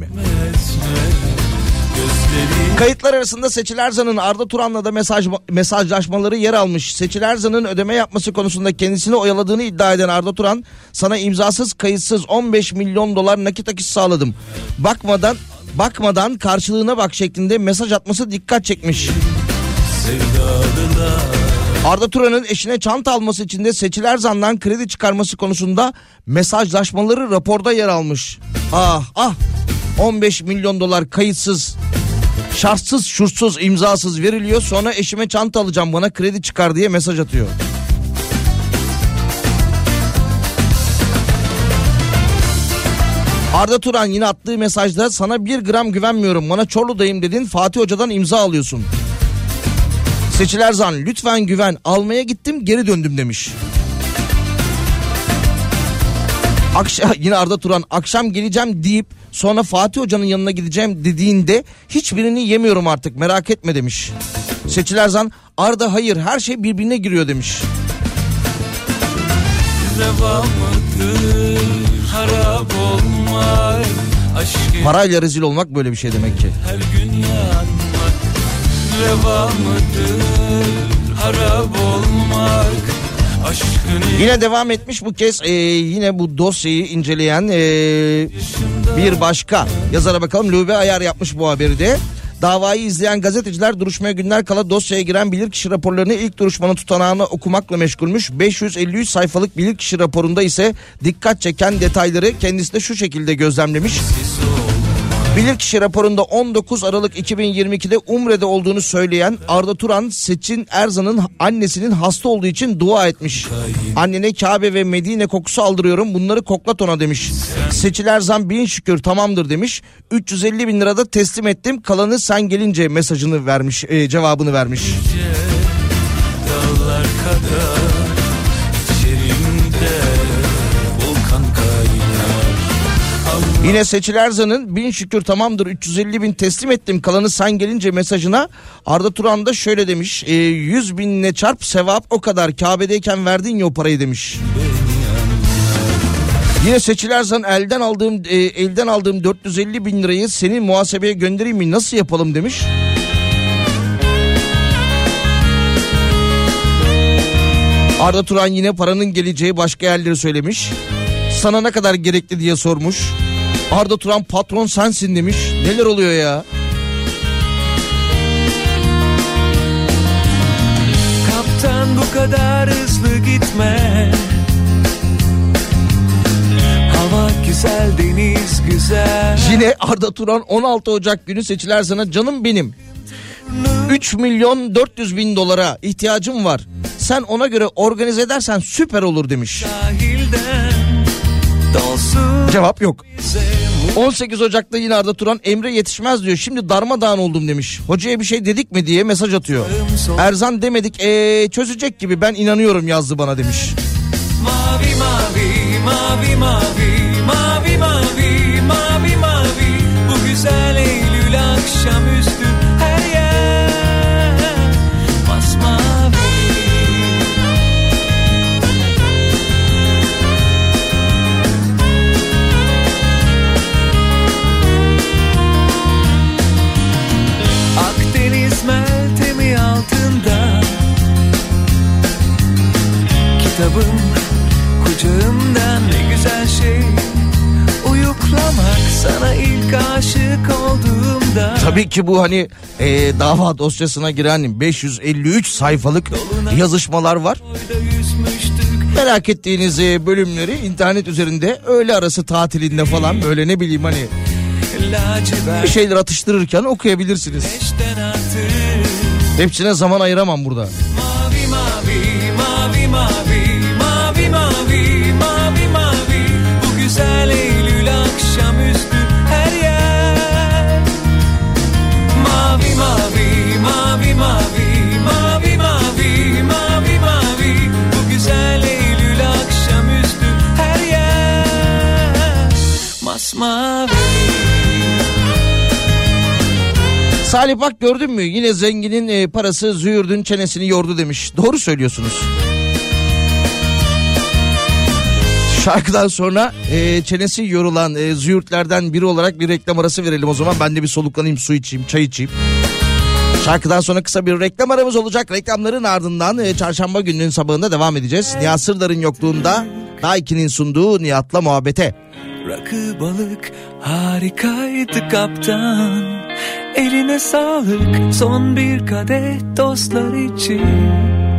Kayıtlar arasında Seçil Erzan'ın Arda Turan'la da mesaj, mesajlaşmaları yer almış. Seçil Erzan'ın ödeme yapması konusunda kendisini oyaladığını iddia eden Arda Turan, sana imzasız kayıtsız on beş milyon dolar nakit akışı sağladım. Bakmadan bakmadan karşılığına bak şeklinde mesaj atması dikkat çekmiş. Arda Turan'ın eşine çanta alması için de Seçil Erzan'dan kredi çıkarması konusunda mesajlaşmaları raporda yer almış. Ah ah on beş milyon dolar kayıtsız, şartsız, şurtsuz, imzasız veriliyor. Sonra eşime çanta alacağım, bana kredi çıkar diye mesaj atıyor. Arda Turan yine attığı mesajda sana bir gram güvenmiyorum, bana Çorlu'dayım dedin, Fatih Hoca'dan imza alıyorsun. Seçil Erzan lütfen güven, almaya gittim geri döndüm demiş. Akşam, yine Arda Turan akşam geleceğim deyip sonra Fatih Hoca'nın yanına gideceğim dediğinde hiçbirini yemiyorum artık merak etme demiş. Seçil Erzan Arda hayır her şey birbirine giriyor demiş. Parayla rezil olmak böyle bir şey demek ki. Her gün yanmak reva mıdır, harap olmak. Yine devam etmiş bu kez e, yine bu dosyayı inceleyen e, bir başka yazara bakalım. Lübe Ayar yapmış bu haberi de. Davayı izleyen gazeteciler duruşmaya günler kala dosyaya giren bilirkişi raporlarını ilk duruşmanın tutanağını okumakla meşgulmüş. beş yüz elli üç sayfalık bilirkişi raporunda ise dikkat çeken detayları kendisi de şu şekilde gözlemlemiş. Bilirkişi raporunda on dokuz Aralık iki bin yirmi ikide Umre'de olduğunu söyleyen Arda Turan, Seçil Erzan'ın annesinin hasta olduğu için dua etmiş. Annene Kabe ve Medine kokusu aldırıyorum, bunları koklat ona demiş. Seçil Erzan bin şükür tamamdır demiş. üç yüz elli bin lirada teslim ettim, kalanı sen gelince mesajını vermiş, e, cevabını vermiş. Dağlar kadar içerimde volkan kaynar. Yine Seçil Erzan'ın bin şükür tamamdır üç yüz elli bin teslim ettim kalanı sen gelince mesajına Arda Turan da şöyle demiş. E, yüz binle çarp sevap o kadar, Kabe'deyken verdin ya o parayı demiş. Yine Seçil Erzan elden aldığım e, elden aldığım dört yüz elli bin lirayı senin muhasebeye göndereyim mi, nasıl yapalım demiş. Arda Turan yine paranın geleceği başka yerleri söylemiş. Sana ne kadar gerekli diye sormuş. Arda Turan patron sensin demiş. Neler oluyor ya? Kaptan bu kadar hızlı gitme. Hava güzel, deniz güzel. Yine Arda Turan on altı Ocak günü Seçil Erzan'a canım benim, üç milyon dört yüz bin dolara ihtiyacım var. Sen ona göre organize edersen süper olur demiş. Cevap yok. on sekiz Ocak'ta yine Arda Turan Emre yetişmez diyor. Şimdi darmadağın oldum demiş. Hocaya bir şey dedik mi diye mesaj atıyor. Erzan demedik ee, çözecek gibi ben inanıyorum yazdı bana demiş. Mavi mavi mavi mavi mavi mavi mavi mavi bu güzel Eylül akşamüstü her yer masmavi. Akdeniz meltemi altında kitabım kucağımdan, ne güzel şey uyuklamak sana ilk aşık olduğumda. Tabii ki bu hani e, dava dosyasına giren beş yüz elli üç sayfalık yazışmalar var. Merak ettiğiniz bölümleri internet üzerinde öğle arası tatilinde falan böyle ne bileyim hani bir şeyler atıştırırken okuyabilirsiniz. Hepsine zaman ayıramam burada. Mavi mavi mavi mavi mavi mavi mavi mavi bu güzel Eylül akşamı masmavi. Salih bak gördün mü yine zenginin e, parası züğürdün çenesini yordu demiş. Doğru söylüyorsunuz. Şarkıdan sonra e, çenesi yorulan e, züğürtlerden biri olarak bir reklam arası verelim o zaman. Ben de bir soluklanayım, su içeyim, çay içeyim. Şarkıdan sonra kısa bir reklam aramız olacak. Reklamların ardından e, çarşamba gününün sabahında devam edeceğiz. Nihat Sırdar'ın yokluğunda Daiki'nin sunduğu Nihat'la muhabbete. Rakı balık harikaydı kaptan. Eline sağlık, son bir kadeh dostlar için.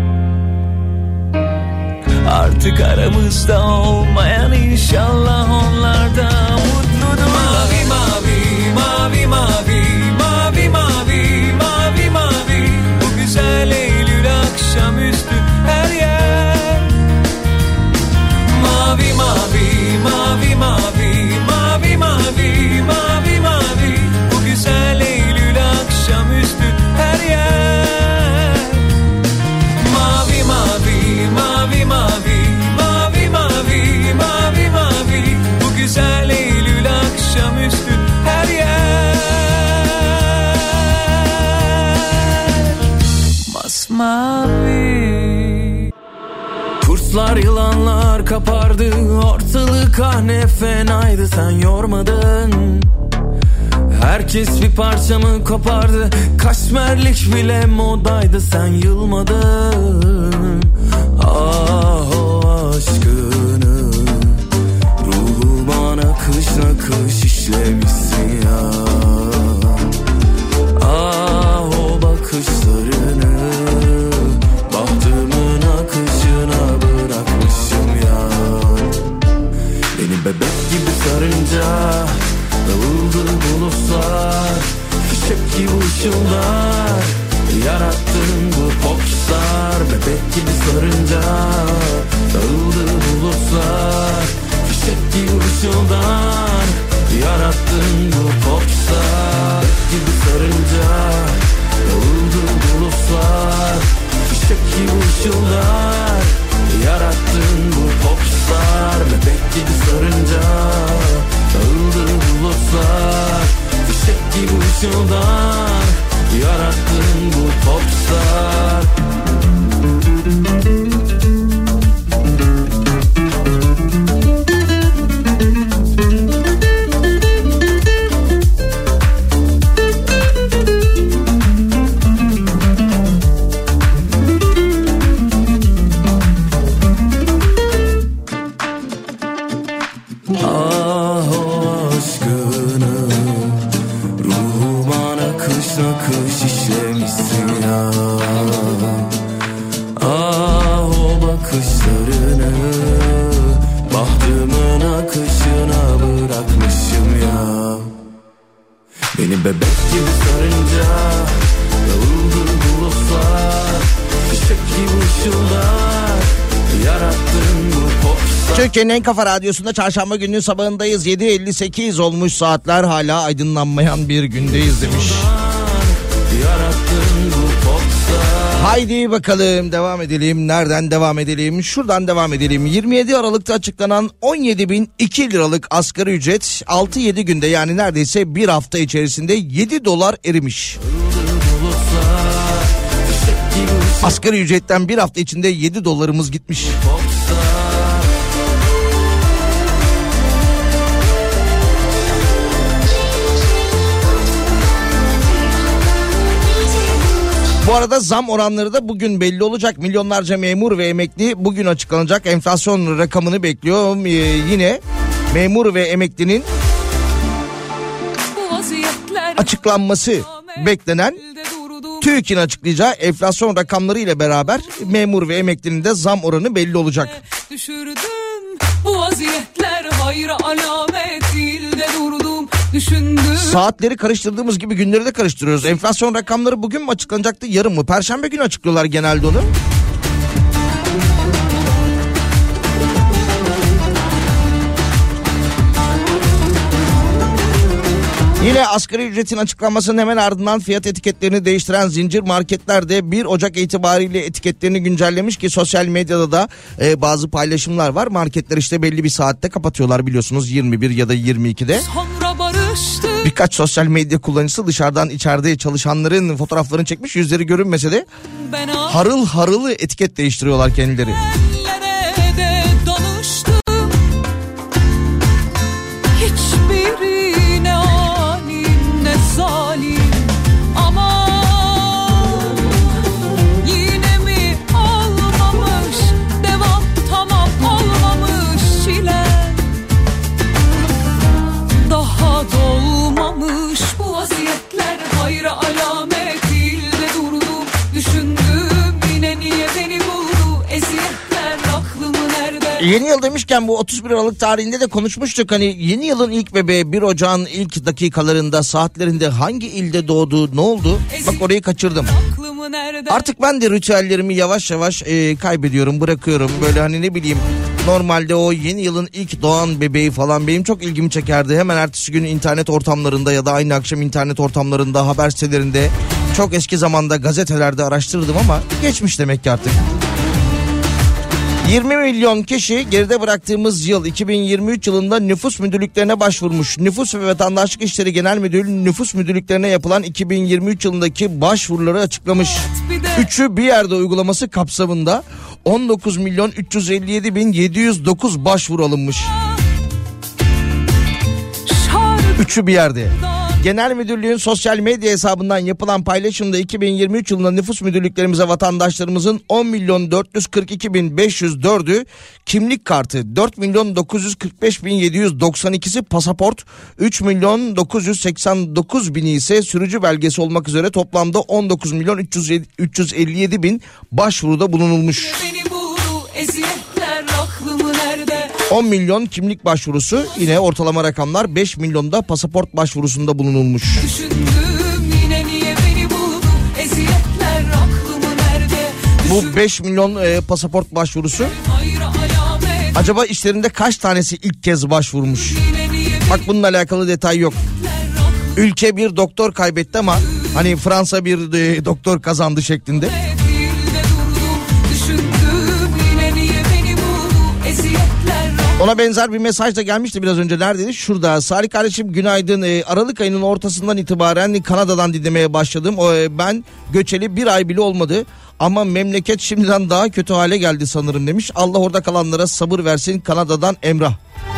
Artık aramızda olmayan inşallah onlarda mutludur. Mavi mavi mavi mavi mavi mavi mavi mavi, bu güzel Eylül akşamüstü her yer. Mavi mavi mavi mavi mavi mavi mavi mavi, bu güzel Eylül akşamüstü her yer. Mavi mavi mavi mavi mavi mavi mavi mavi, bu güzel Eylül akşamüstü her yer. Masmavi. Kurtlar yılanlar kapardı ortalık, ah ne fenaydı sen yormadın. Herkes bir parçamı kopardı, kaşmerlik bile modaydı sen yılmadın. Ah o aşkını ruhuma nakış nakış işlemişsin ya. Ah o bakışlarını bahtımın akışına bırakmışım ya. Beni bebek gibi sarınca dağıldı bulutlar, fişek gibi ışıldar. Yarattın bu popstar, bebek gibi sarınca dağıldı bulutlar, fişek gibi ışıldar. Yarattın bu popstar, bebek gibi sarınca dağıldı bulutlar, fişek gibi ışıldar. Yarattın bu popstar, bebek gibi sarınca dağıldı bulutlar, fişek gibi ışıldar. Yarattın bu popstar. Türkiye'nin en kafa radyosunda çarşamba gününün sabahındayız. yedi elli sekiz olmuş saatler, hala aydınlanmayan bir gündeyiz demiş. Haydi bakalım devam edelim. Nereden devam edelim? Şuradan devam edelim. yirmi yedi Aralık'ta açıklanan on yedi bin iki liralık asgari ücret altı yedi günde, yani neredeyse bir hafta içerisinde yedi dolar erimiş. Asgari ücretten bir hafta içinde yedi dolarımız gitmiş. Bu arada zam oranları da bugün belli olacak. Milyonlarca memur ve emekli bugün açıklanacak enflasyon rakamını bekliyor. Ee, yine memur ve emeklinin açıklanması beklenen TÜİK'in açıklayacağı enflasyon rakamları ile beraber memur ve emeklinin de zam oranı belli olacak. Düşürdüm bu vaziyetler hayra alamet değil de durdum. Düşündüm. Saatleri karıştırdığımız gibi günleri de karıştırıyoruz. Enflasyon rakamları bugün mü açıklanacaktı, yarın mı? Perşembe günü açıklıyorlar genelde onu. Yine asgari ücretin açıklanmasının hemen ardından fiyat etiketlerini değiştiren zincir marketler de bir Ocak itibariyle etiketlerini güncellemiş ki sosyal medyada da e, bazı paylaşımlar var. Marketler işte belli bir saatte kapatıyorlar biliyorsunuz, yirmi bir ya da yirmi ikide. Birkaç sosyal medya kullanıcısı dışarıdan içeride çalışanların fotoğraflarını çekmiş, yüzleri görünmese de harıl harıl etiket değiştiriyorlar kendileri. Yeni yıl demişken bu otuz bir Aralık tarihinde de konuşmuştuk. Hani yeni yılın ilk bebeği bir Ocağın ilk dakikalarında, saatlerinde hangi ilde doğdu, ne oldu? Bak orayı kaçırdım. Artık ben de ritüellerimi yavaş yavaş e, kaybediyorum, bırakıyorum. Böyle hani ne bileyim, normalde o yeni yılın ilk doğan bebeği falan benim çok ilgimi çekerdi. Hemen ertesi gün internet ortamlarında ya da aynı akşam internet ortamlarında, haber sitelerinde, çok eski zamanda gazetelerde araştırdım ama geçmiş demek ki artık. yirmi milyon kişi geride bıraktığımız yıl iki bin yirmi üç yılında nüfus müdürlüklerine başvurmuş. Nüfus ve Vatandaşlık İşleri Genel Müdürlüğü nüfus müdürlüklerine yapılan iki bin yirmi üç yılındaki başvuruları açıklamış. Üçü bir yerde uygulaması kapsamında on dokuz milyon üç yüz elli yedi bin yedi yüz dokuz başvuru alınmış. Üçü bir yerde. Genel Müdürlüğün sosyal medya hesabından yapılan paylaşımda iki bin yirmi üç yılında nüfus müdürlüklerimize vatandaşlarımızın on milyon dört yüz kırk iki bin beş yüz dördü kimlik kartı, dört milyon dokuz yüz kırk beş bin yedi yüz doksan ikisi pasaport, üç milyon dokuz yüz seksen dokuz bini ise sürücü belgesi olmak üzere toplamda on dokuz milyon üç yüz elli yedi bin başvuruda bulunulmuş. on milyon kimlik başvurusu, yine ortalama rakamlar beş milyonda pasaport başvurusunda bulunulmuş. Bu beş milyon e, pasaport başvurusu, acaba işlerinde kaç tanesi ilk kez başvurmuş? Bak bununla alakalı detay yok. Ülke bir doktor kaybetti ama hani Fransa bir e, doktor kazandı şeklinde. Ona benzer bir mesaj da gelmişti biraz önce. Neredeydi? Şurada. Salih kardeşim günaydın. Ee, Aralık ayının ortasından itibaren Kanada'dan dinlemeye başladım. Ee, ben göçeli bir ay bile olmadı. Ama memleket şimdiden daha kötü hale geldi sanırım demiş. Allah orada kalanlara sabır versin. Kanada'dan Emrah.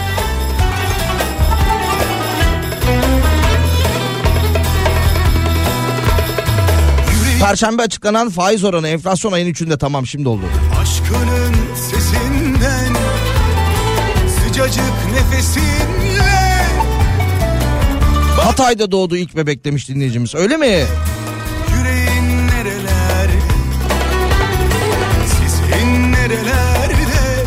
Perşembe açıklanan faiz oranı enflasyon ayın üçünde, tamam şimdi oldu. Aşkının sesinden, sıcacık nefesinle. Hatay'da doğdu ilk bebek demiş dinleyicimiz, öyle mi? Yüreğin nereler, sizin nerelerde?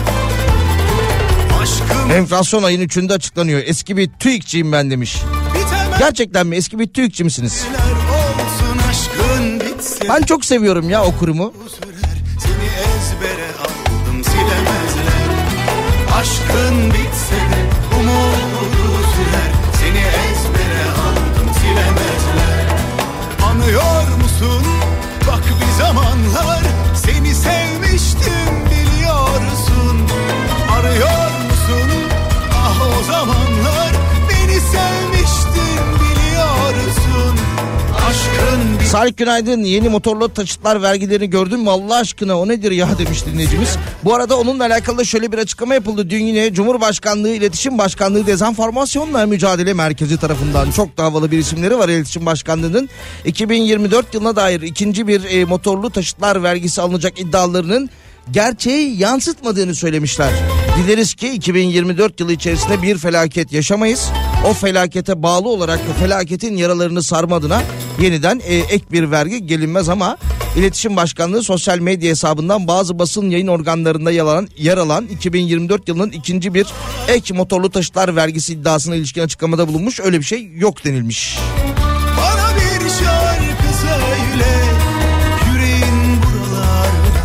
Aşkım Enflasyon ayın üçünde açıklanıyor. Eski bir TÜİK'ciyim ben demiş. bitemez. Gerçekten mi? Eski bir TÜİK'ci misiniz? Olsun aşkın bitse. Ben çok seviyorum ya o kurumu. Seni ezbere aldım silemezler. Aşkın bitse de umudu sürer. Seni ezbere aldım silemezler. Anıyor musun? Bak bir zamanlar seni sevmiştim biliyorsun. Arıyor musun? Ah o zamanlar beni sevmiştin biliyorsun. Aşkın bitse. Salih günaydın. Yeni motorlu taşıtlar vergilerini gördün mü Allah aşkına, o nedir ya demiş dinleyicimiz. Bu arada onunla alakalı da şöyle bir açıklama yapıldı. Dün yine Cumhurbaşkanlığı İletişim Başkanlığı Dezenformasyonla Mücadele Merkezi tarafından, çok da havalı bir isimleri var İletişim Başkanlığı'nın, iki bin yirmi dört yılına dair ikinci bir e, motorlu taşıtlar vergisi alınacak iddialarının gerçeği yansıtmadığını söylemişler. Dileriz ki iki bin yirmi dört yılı içerisinde bir felaket yaşamayız. O felakete bağlı olarak felaketin yaralarını sarma adına yeniden e, ek bir vergi gelinmez ama İletişim Başkanlığı sosyal medya hesabından bazı basın yayın organlarında yer alan, yer alan iki bin yirmi dört yılının ikinci bir ek motorlu taşıtlar vergisi iddiasına ilişkin açıklamada bulunmuş. Öyle bir şey yok denilmiş. Bana bir şarkı söyle, yüreğin buralarda,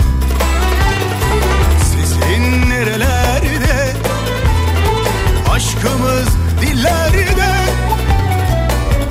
sizin nerelerde, aşkımız dillerde.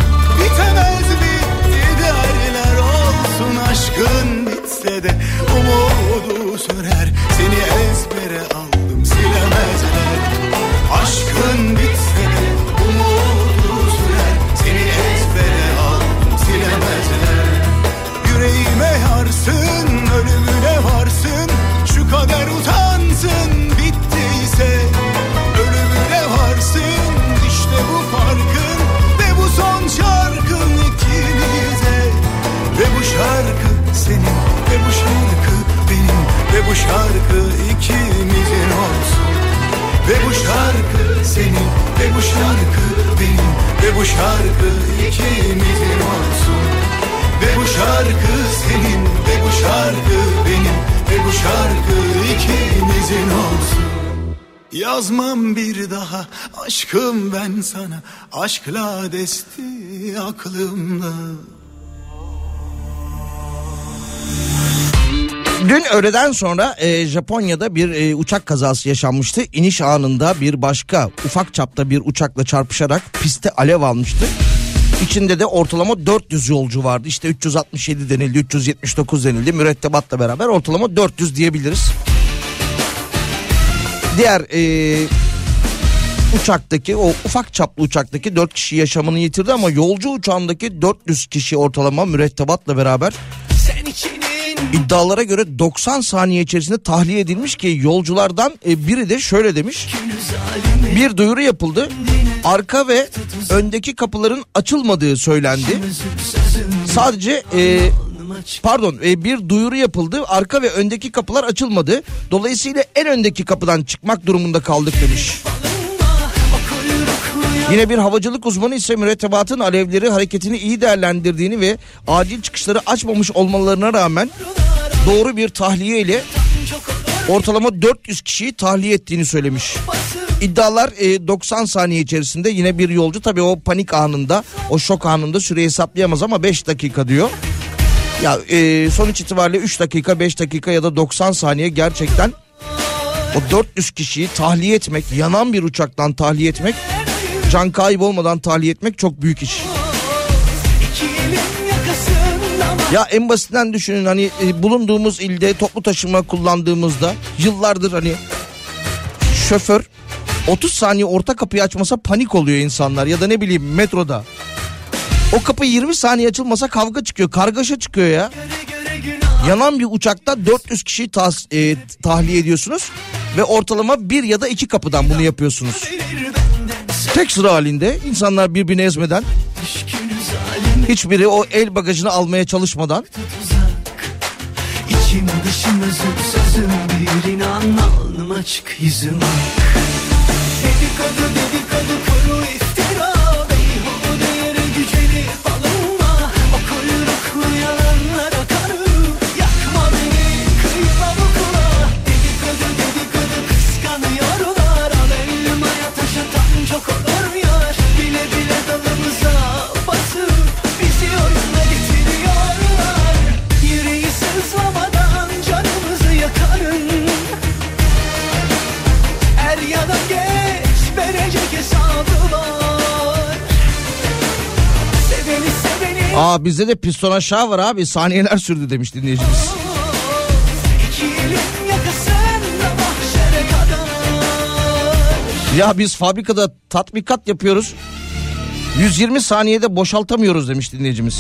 şarkı ikimizin olsun. Ve bu şarkı senin, ve bu şarkı benim, ve bu şarkı ikimizin olsun. Ve bu şarkı senin, ve bu şarkı benim, ve bu şarkı ikimizin olsun. Yazmam bir daha aşkım ben sana, aşkla desti aklımda. Dün öğleden sonra e, Japonya'da bir e, uçak kazası yaşanmıştı. İniş anında bir başka ufak çapta bir uçakla çarpışarak piste alev almıştı. İçinde de ortalama dört yüz yolcu vardı. İşte üç yüz altmış yedi denildi, üç yüz yetmiş dokuz denildi. Mürettebatla beraber ortalama dört yüz diyebiliriz. Diğer e, uçaktaki, o ufak çaplı uçaktaki dört kişi yaşamını yitirdi ama yolcu uçağındaki dört yüz kişi ortalama mürettebatla beraber iddialara göre doksan saniye içerisinde tahliye edilmiş ki yolculardan biri de şöyle demiş. Bir duyuru yapıldı. Arka ve öndeki kapıların açılmadığı söylendi. Sadece e, pardon e, bir duyuru yapıldı. Arka ve öndeki kapılar açılmadı. Dolayısıyla en öndeki kapıdan çıkmak durumunda kaldık demiş. Yine bir havacılık uzmanı ise mürettebatın alevleri hareketini iyi değerlendirdiğini ve acil çıkışları açmamış olmalarına rağmen doğru bir tahliye ile ortalama dört yüz kişiyi tahliye ettiğini söylemiş. İddialar doksan saniye içerisinde yine bir yolcu, tabii o panik anında, o şok anında süreyi hesaplayamaz ama beş dakika diyor. Ya e, sonuç itibariyle üç dakika, beş dakika ya da doksan saniye gerçekten o dört yüz kişiyi tahliye etmek, yanan bir uçaktan tahliye etmek, can kaybı olmadan tahliye etmek çok büyük iş. Ya en basitinden düşünün, hani e, bulunduğumuz ilde toplu taşıma kullandığımızda yıllardır hani şoför otuz saniye orta kapıyı açmasa panik oluyor insanlar, ya da ne bileyim metroda. O kapı yirmi saniye açılmasa kavga çıkıyor, kargaşa çıkıyor ya. Yanan bir uçakta dört yüz kişiyi tas, e, tahliye ediyorsunuz ve ortalama bir ya da iki kapıdan bunu yapıyorsunuz. Tek sıra halinde, insanlar birbirini ezmeden, hiçbiri o el bagajını almaya çalışmadan. İçim dışım özüm sözüm bir inan, alnım açık yüzüm ak. Dedikodu dedikodu kuru iftira, beyhude yere güceni alınma. O kuyruklu yalanlara karım, yakma beni, kıyma bu kula. Dedikodu dedikodu kıskanıyorlar, al elmaya taş atan çok olur yar. Bile bile dalımıza basıp bizi oyuna getiriyorlar. Yüreği sızlamadan canımızı yakarım. Er ya da geç verecek hesabı var. Seveni seveni. Aa, bizde de piston aşağı var abi, saniyeler sürdü demiş dinleyicimiz. İki elin yakasında mahşere kadar. Ya biz fabrikada tatbikat yapıyoruz, yüz yirmi saniyede boşaltamıyoruz demiş dinleyicimiz.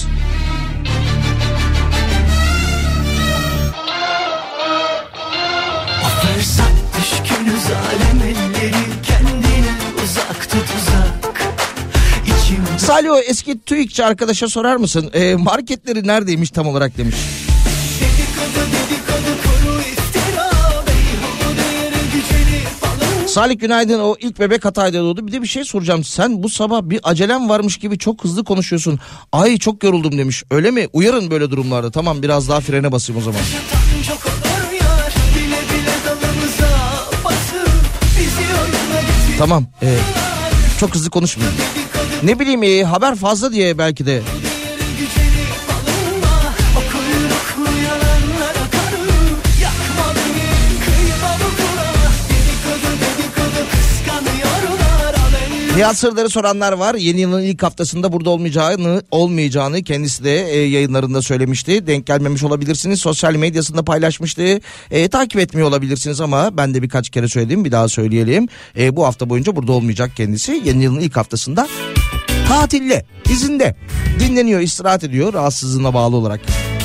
Fırsat düşkünü zalim elleri, kendini uzak tut uzak. İçim Salih, o eski TÜİK'çi arkadaşa sorar mısın? E, marketleri neredeymiş tam olarak demiş. dedikodu dedikodu kuru iftira, beyhude yere güceni alınma. Salih günaydın, o ilk bebek Hatay'da doğdu. Bir de bir şey soracağım, sen bu sabah bir acelem varmış gibi çok hızlı konuşuyorsun. Ay çok yoruldum demiş. Öyle mi? Uyarın böyle durumlarda. Tamam, biraz daha frene basayım o zaman. Çok olur yar, bile bile dalımıza basıp bizi oyuna getir. Tamam, e, çok hızlı konuşmayayım. Ne bileyim, e, haber fazla diye belki de. Güceni alınma, o kuyruklu yalanlara karım. Yakma beni, kıyma bu kula. Dedikodu dedikodu kıskanıyorlar, al elini. Nihat Sırdar'ı soranlar var. Yeni yılın ilk haftasında burada olmayacağını olmayacağını kendisi de e, yayınlarında söylemişti. Denk gelmemiş olabilirsiniz. Sosyal medyasında paylaşmıştı. E, takip etmiyor olabilirsiniz ama ben de birkaç kere söyledim. Bir daha söyleyelim. E, bu hafta boyunca burada olmayacak kendisi. Yeni yılın ilk haftasında tatilde, izinde, dinleniyor, istirahat ediyor rahatsızlığına bağlı olarak.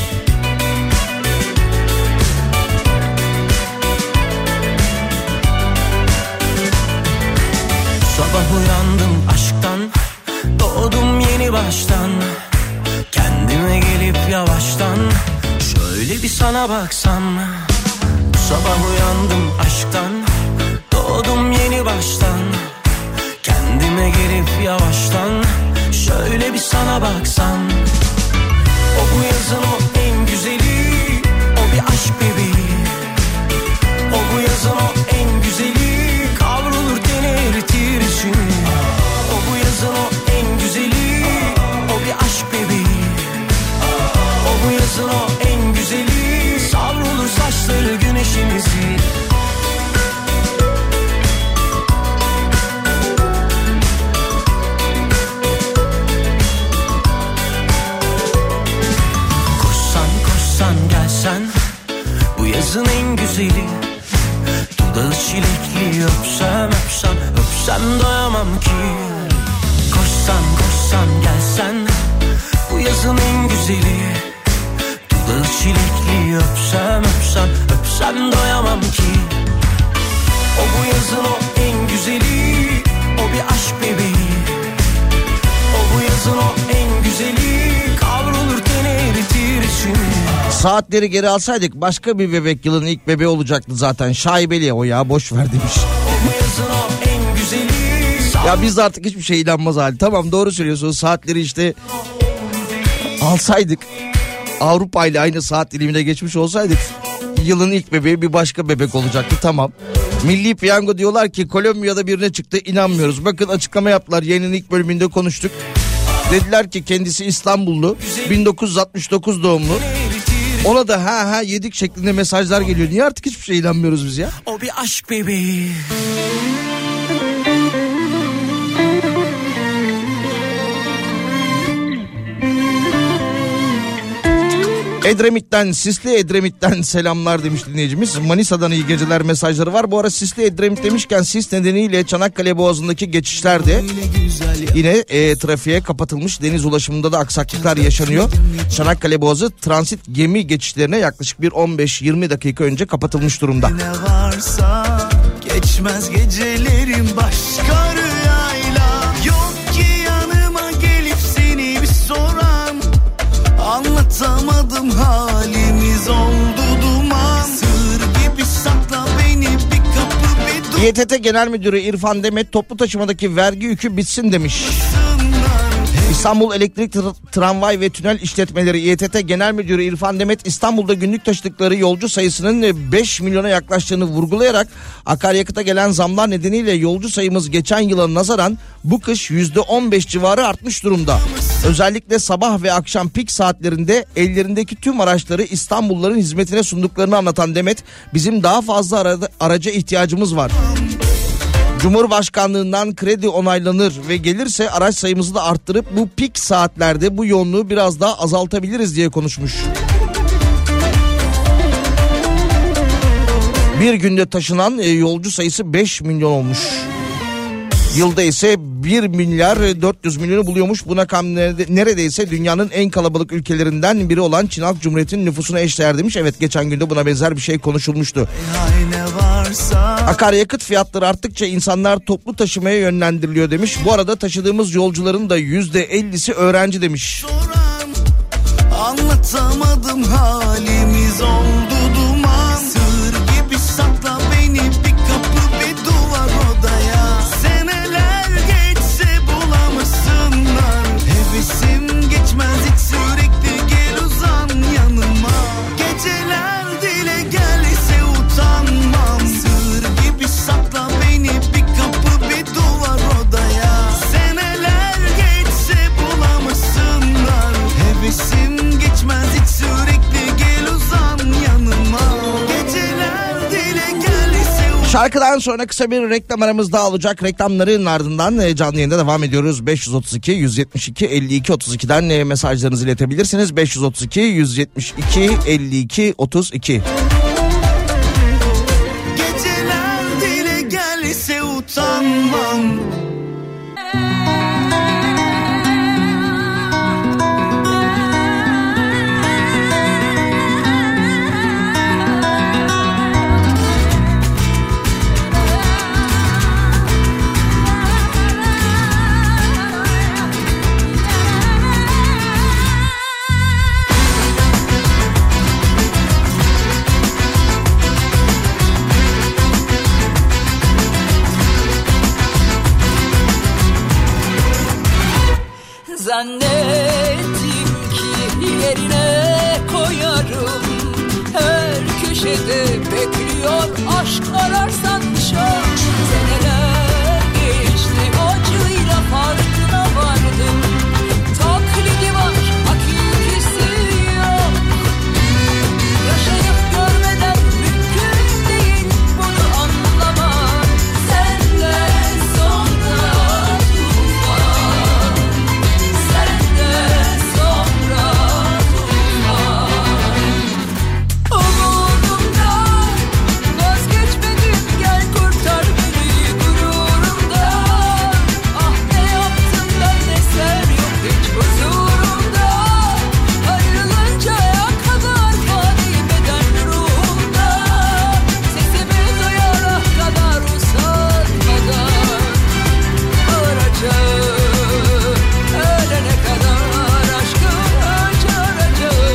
Sabah uyandım aşktan, doğdum yeni baştan. Kendime gelip yavaştan şöyle bir sana baksam. sabah uyandım aşktan, doğdum yeni baştan. Kendime gelip yavaştan şöyle bir sana baksan. O bu yazın o en güzeli, o bir aşk bebeği. O bu yazın o en güzeli, kavrulur teni eritir içini. O bu yazın o en güzeli, o bir aşk bebeği. O bu yazın o en güzeli, savrulur saçları güneşimizi. Koşsan koşsan gelsen, bu yazın en güzeli. Dudağı çilekli, öpsem öpsem öpsem doyamam ki. Koşsan koşsan gelsen, bu yazın en güzeli. Dudağı çilekli, öpsem öpsem öpsem doyamam ki. O bu yazın o en güzeli, o bir aşk bebeği. O bu yazın o en güzeli, kavrulur teni eritir içini. Saatleri geri alsaydık başka bir bebek yılın ilk bebeği olacaktı zaten. Şaibeli o ya, boş ver demiş. Ya biz de artık hiçbir şey inanmaz hali. Tamam, doğru söylüyorsunuz, saatleri işte alsaydık, Avrupa ile aynı saat dilimine geçmiş olsaydık yılın ilk bebeği bir başka bebek olacaktı, tamam. Milli Piyango diyorlar ki Kolombiya'da birine çıktı, inanmıyoruz. Bakın açıklama yaptılar, yayının ilk bölümünde konuştuk. Dediler ki kendisi İstanbullu, bin dokuz yüz altmış dokuz doğumlu. Ona da ha ha yedik şeklinde mesajlar geliyor. Niye artık hiçbir şeye inanmıyoruz biz ya? O bir aşk bebeği. Edremit'ten, Sisli Edremit'ten selamlar demiş dinleyicimiz. Manisa'dan iyi geceler mesajları var. Bu ara Sisli Edremit demişken sis nedeniyle Çanakkale Boğazı'ndaki geçişlerde yine e, trafiğe kapatılmış. Deniz ulaşımında da aksaklıklar yaşanıyor. Çanakkale Boğazı transit gemi geçişlerine yaklaşık bir on beş yirmi dakika önce kapatılmış durumda. Ne varsa geçmez gecelerim başka rüyayla. Yok ki yanıma gelip seni bir soran, anlatamadım halimiz oldu duman. Sır gibi sakla beni bir kapı bir dur. İ T T Genel Müdürü İrfan Demet toplu taşımadaki vergi yükü bitsin demiş. İstanbul Elektrik Tramvay ve Tünel İşletmeleri İ T T Genel Müdürü İrfan Demet İstanbul'da günlük taşıdıkları yolcu sayısının beş milyona yaklaştığını vurgulayarak akaryakıta gelen zamlar nedeniyle yolcu sayımız geçen yıla nazaran bu kış yüzde on beş civarı artmış durumda. Özellikle sabah ve akşam pik saatlerinde ellerindeki tüm araçları İstanbulluların hizmetine sunduklarını anlatan Demet, bizim daha fazla ara- araca ihtiyacımız var. Cumhurbaşkanlığından kredi onaylanır ve gelirse araç sayımızı da arttırıp bu pik saatlerde bu yoğunluğu biraz daha azaltabiliriz diye konuşmuş. Bir günde taşınan yolcu sayısı beş milyon olmuş. Yılda ise bir milyar dört yüz milyonu buluyormuş. Buna neredeyse dünyanın en kalabalık ülkelerinden biri olan Çin Halk Cumhuriyeti'nin nüfusuna eşdeğer demiş. Evet, geçen günde buna benzer bir şey konuşulmuştu. Akaryakıt fiyatları arttıkça insanlar toplu taşımaya yönlendiriliyor demiş. Bu arada taşıdığımız yolcuların da yüzde ellisi öğrenci demiş. Anlatamadım halimiz oldu duman. Sır gibi sakla beni bir kapı bir duvar odaya. Seneler geçse bulamasınlar. Hevesim geçmez hiç, sürekli gel uzan yanıma. Geceler dile gelse utanmam. Sır gibi sakla beni bir kapı bir duvar odaya. Seneler geçse bulamasınlar. Hevesim geçmez hiç, sürekli gel uzan yanıma. Geceler dile gelse. Şarkıdan sonra kısa bir reklam aramız daha olacak. Reklamların ardından canlı yayında devam ediyoruz. beş yüz otuz iki yüz yetmiş iki elli iki otuz iki'den mesajlarınızı iletebilirsiniz. beş yüz otuz iki yüz yetmiş iki elli iki otuz iki. Geceler dile gelse utanmam. Zannettim ki yerine koyarım. Her köşede bekliyor aşk ararsan çok. Seneler geçti acıyla farkına vardım. Taklidi var hakikisi yok. Yaşayıp görmeden mümkün değil bunu anlamak. Senden sonra tufan, senden sonra tufan. Umudumda vazgeçmedim, gel kurtar beni gururumdan. Ah ne yaptım ben, eser yok hiç huzurumda. Ayrılıncaya kadar fani beden ruhumda. Sesimi duyarak kadar usanmadan arayacağım. Ölene kadar aşkı açaracağım.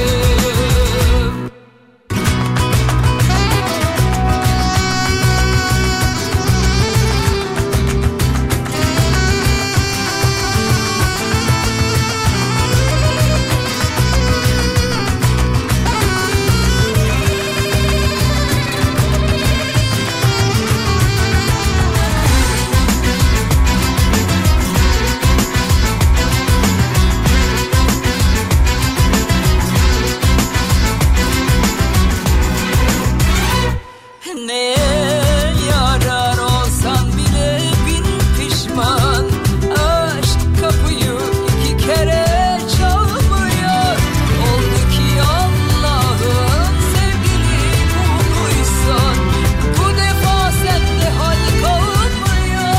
Neye yarar olsan bile bin pişman. Aşk kapıyı iki kere çalmıyor. Oldu ki Allah'ın sevgili kuluysan, bu defa sende hal kalmıyor.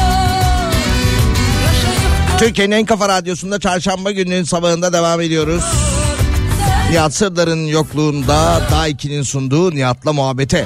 Yaşayıp Türkiye'nin en kafa radyosunda çarşamba gününün sabahında devam ediyoruz. Nihat Sırdar'ın yokluğunda Daha iki'nin sunduğu Nihat'la muhabbete.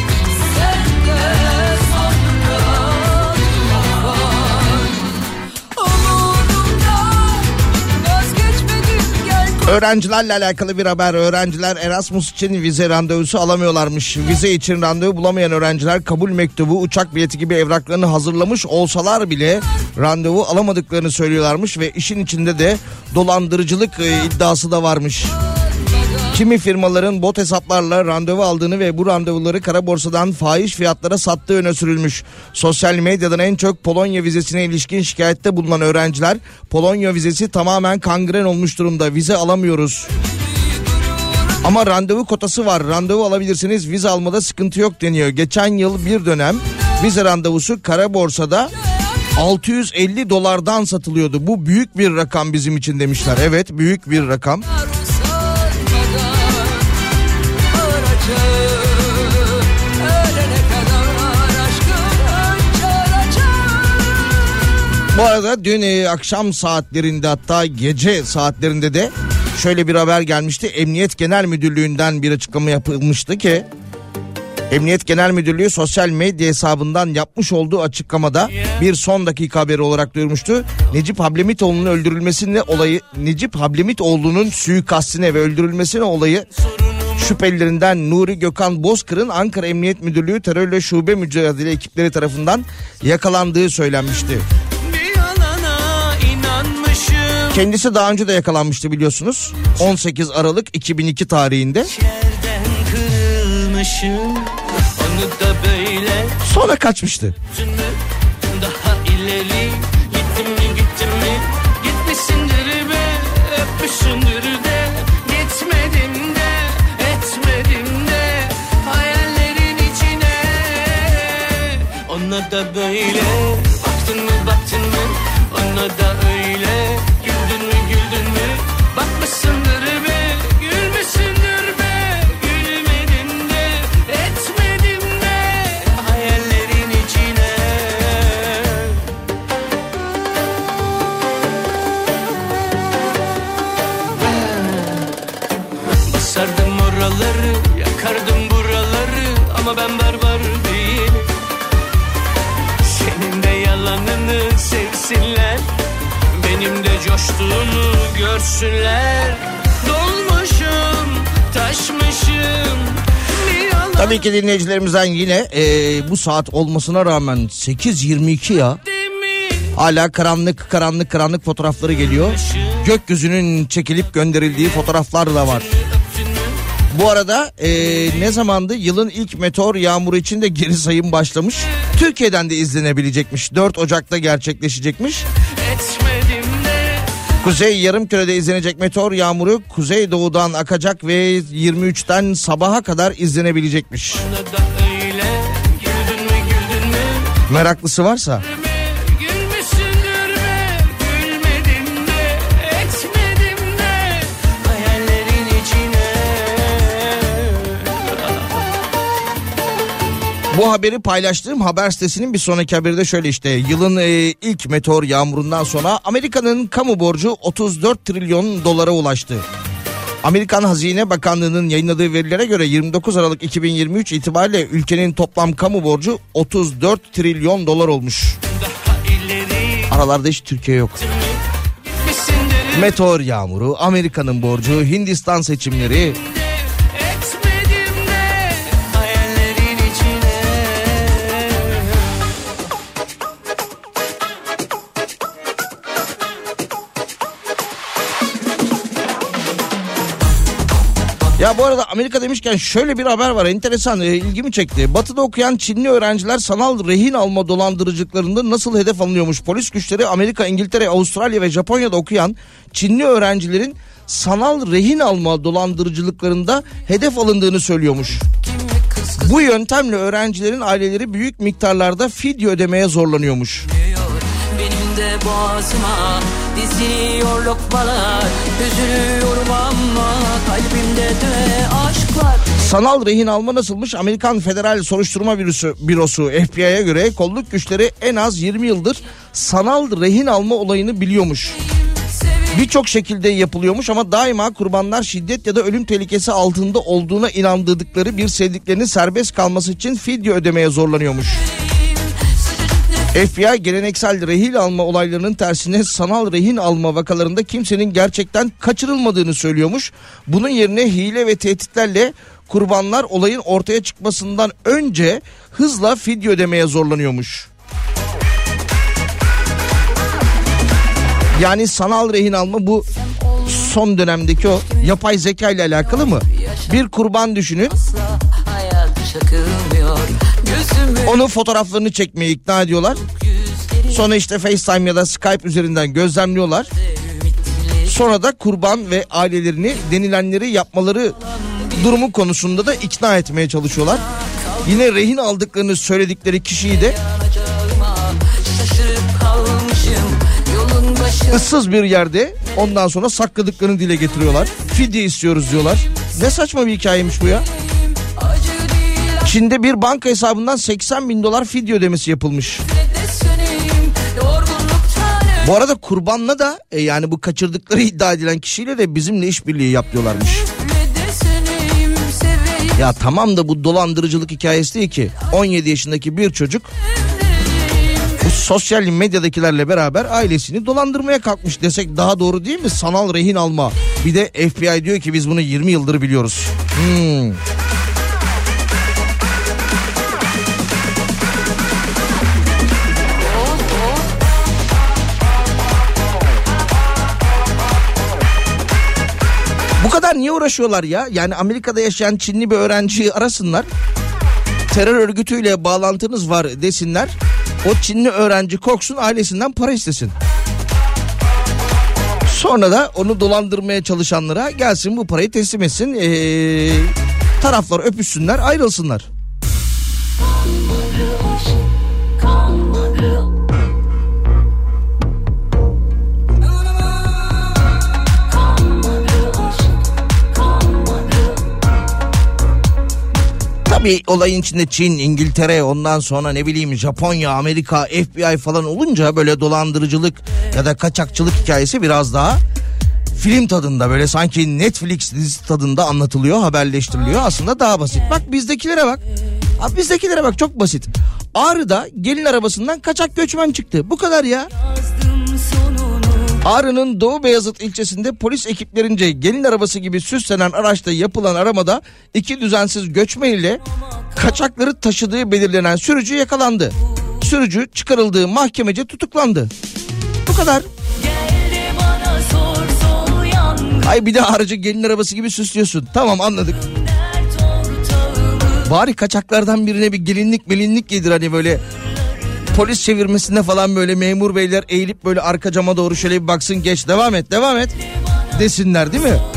Öğrencilerle alakalı bir haber. Öğrenciler Erasmus için vize randevusu alamıyorlarmış. Vize için randevu bulamayan öğrenciler kabul mektubu, uçak bileti gibi evraklarını hazırlamış olsalar bile randevu alamadıklarını söylüyorlarmış ve işin içinde de dolandırıcılık iddiası da varmış. Kimi firmaların bot hesaplarla randevu aldığını ve bu randevuları kara borsadan fahiş fiyatlara sattığı öne sürülmüş. Sosyal medyadan en çok Polonya vizesine ilişkin şikayette bulunan öğrenciler, Polonya vizesi tamamen kangren olmuş durumda, vize alamıyoruz. Ama randevu kotası var, randevu alabilirsiniz, vize almada sıkıntı yok deniyor. Geçen yıl bir dönem vize randevusu kara borsada altı yüz elli dolardan satılıyordu. Bu büyük bir rakam bizim için demişler. Evet, büyük bir rakam. Bu arada dün e, akşam saatlerinde, hatta gece saatlerinde de şöyle bir haber gelmişti. Emniyet Genel Müdürlüğü'nden bir açıklama yapılmıştı ki Emniyet Genel Müdürlüğü sosyal medya hesabından yapmış olduğu açıklamada bir son dakika haberi olarak duyurmuştu. Necip Hablemitoğlu'nun öldürülmesine olayı, Necip Hablemitoğlu'nun suikastine ve öldürülmesine olayı şüphelilerinden Nuri Gökhan Bozkır'ın Ankara Emniyet Müdürlüğü Terörle Şube Mücadele ekipleri tarafından yakalandığı söylenmişti. Kendisi daha önce de yakalanmıştı biliyorsunuz. on sekiz Aralık iki bin iki tarihinde. Sonra kaçmıştı. Daha ileri gittim mi gittim mi gitmişsindir be, öpmüşsündür de, gitmedim de etmedim de hayallerin içine. Ona da böyle baktın mı baktın mı, ona da öyle güldün mü güldün mü, bakmışsındır be, gülmüşsündür be, gülmedin de etmedim de hayallerin içine. Basardım oraları, yakardım buraları, ama ben barbar değilim. Senin de yalanını sevsinler, benim de coştuğumu görsünler. Dolmuşum, taşmışım. Tabii ki dinleyicilerimizden yine e, bu saat olmasına rağmen sekiz yirmi iki ya. Hala karanlık karanlık karanlık fotoğrafları geliyor. Gökyüzünün çekilip gönderildiği fotoğraflar da var. Bu arada e, ne zamandı? Yılın ilk meteor yağmuru için de geri sayım başlamış. Türkiye'den de izlenebilecekmiş. dört Ocak'ta gerçekleşecekmiş. Kuzey Yarımküre'de izlenecek meteor yağmuru kuzeydoğudan akacak ve yirmi üçten sabaha kadar izlenebilecekmiş. Meraklısı varsa. Bu haberi paylaştığım haber sitesinin bir sonraki haberi de şöyle işte. Yılın e, ilk meteor yağmurundan sonra Amerika'nın kamu borcu otuz dört trilyon dolara ulaştı. Amerikan Hazine Bakanlığı'nın yayınladığı verilere göre yirmi dokuz Aralık iki bin yirmi üç itibariyle ülkenin toplam kamu borcu otuz dört trilyon dolar olmuş. Aralarda hiç Türkiye yok. Meteor yağmuru, Amerika'nın borcu, Hindistan seçimleri... Ya bu arada Amerika demişken şöyle bir haber var, enteresan, e, ilgimi çekti. Batı'da okuyan Çinli öğrenciler sanal rehin alma dolandırıcılıklarında nasıl hedef alınıyormuş? Polis güçleri Amerika, İngiltere, Avustralya ve Japonya'da okuyan Çinli öğrencilerin sanal rehin alma dolandırıcılıklarında hedef alındığını söylüyormuş. Bu yöntemle öğrencilerin aileleri büyük miktarlarda fidye ödemeye zorlanıyormuş. Benim de boğazıma diziliyor lokmalar, üzülüyorum ama kalbimde de aşklar. Sanal rehin alma nasılmış? Amerikan Federal Soruşturma Bürosu, Bürosu F B I'ye göre kolluk güçleri en az yirmi yıldır sanal rehin alma olayını biliyormuş. Birçok şekilde yapılıyormuş ama daima kurbanlar şiddet ya da ölüm tehlikesi altında olduğuna inandırdıkları bir sevdiklerinin serbest kalması için fidye ödemeye zorlanıyormuş. F B I geleneksel rehin alma olaylarının tersine sanal rehin alma vakalarında kimsenin gerçekten kaçırılmadığını söylüyormuş. Bunun yerine hile ve tehditlerle kurbanlar olayın ortaya çıkmasından önce hızla fidye ödemeye zorlanıyormuş. Yani sanal rehin alma bu son dönemdeki o yapay zeka ile alakalı mı? Bir kurban düşünün. Onu fotoğraflarını çekmeye ikna ediyorlar. Sonra işte FaceTime ya da Skype üzerinden gözlemliyorlar. Sonra da kurban ve ailelerini denilenleri yapmaları durumu konusunda da ikna etmeye çalışıyorlar. Yine rehin aldıklarını söyledikleri kişiyi de ıssız bir yerde ondan sonra sakladıklarını dile getiriyorlar. Fidye istiyoruz diyorlar. Ne saçma bir hikayemiş bu ya. Çin'de bir banka hesabından seksen bin dolar fidye ödemesi yapılmış. Bu arada kurbanla da e, yani bu kaçırdıkları iddia edilen kişiyle de bizimle işbirliği yapıyorlarmış. Ya tamam da bu dolandırıcılık hikayesi değil ki. on yedi yaşındaki bir çocuk bu sosyal medyadakilerle beraber ailesini dolandırmaya kalkmış desek daha doğru değil mi? Sanal rehin alma. Bir de F B I diyor ki biz bunu yirmi yıldır biliyoruz. Hmm. Bu kadar niye uğraşıyorlar ya? Yani Amerika'da yaşayan Çinli bir öğrenciyi arasınlar. Terör örgütüyle bağlantınız var desinler. O Çinli öğrenci korksun, ailesinden para istesin. Sonra da onu dolandırmaya çalışanlara gelsin bu parayı teslim etsin. Ee, taraflar öpüşsünler, ayrılsınlar. Tabii olayın içinde Çin, İngiltere, ondan sonra ne bileyim Japonya, Amerika, F B I falan olunca böyle dolandırıcılık ya da kaçakçılık hikayesi biraz daha film tadında, böyle sanki Netflix dizisi tadında anlatılıyor, haberleştiriliyor. Aslında daha basit. Bak bizdekilere bak. Abi bizdekilere bak, çok basit. Ağrı'da gelin arabasından kaçak göçmen çıktı. Bu kadar ya. Ağrı'nın Doğu Beyazıt ilçesinde polis ekiplerince gelin arabası gibi süslenen araçta yapılan aramada iki düzensiz göçmen ile kaçakları taşıdığı belirlenen sürücü yakalandı. Sürücü çıkarıldığı mahkemece tutuklandı. Bu kadar. Ay bir de aracı gelin arabası gibi süslüyorsun. Tamam, anladık. Bari kaçaklardan birine bir gelinlik melinlik giydir, hani böyle polis çevirmesinde falan böyle memur beyler eğilip böyle arka cama doğru şöyle bir baksın, geç, devam et devam et desinler, değil mi?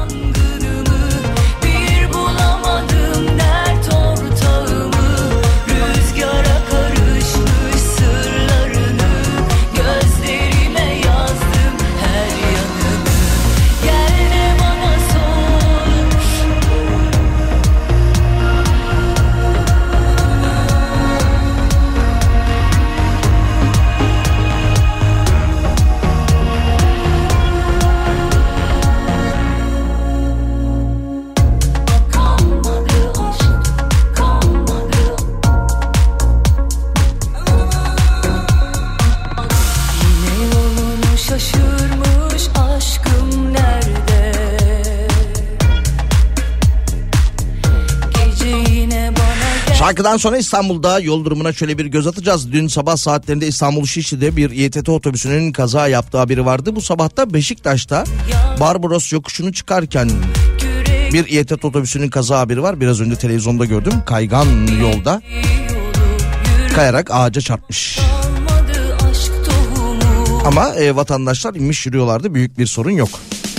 Şarkıdan sonra İstanbul'da yol durumuna şöyle bir göz atacağız. Dün sabah saatlerinde İstanbul Şişli'de bir İ T T otobüsünün kaza yaptığı haberi vardı. Bu sabah da Beşiktaş'ta Barbaros yokuşunu çıkarken bir İ T T otobüsünün kaza haberi var. Biraz önce televizyonda gördüm. Kaygan yolda kayarak ağaca çarpmış. Ama e, vatandaşlar inmiş yürüyorlardı. Büyük bir sorun yok.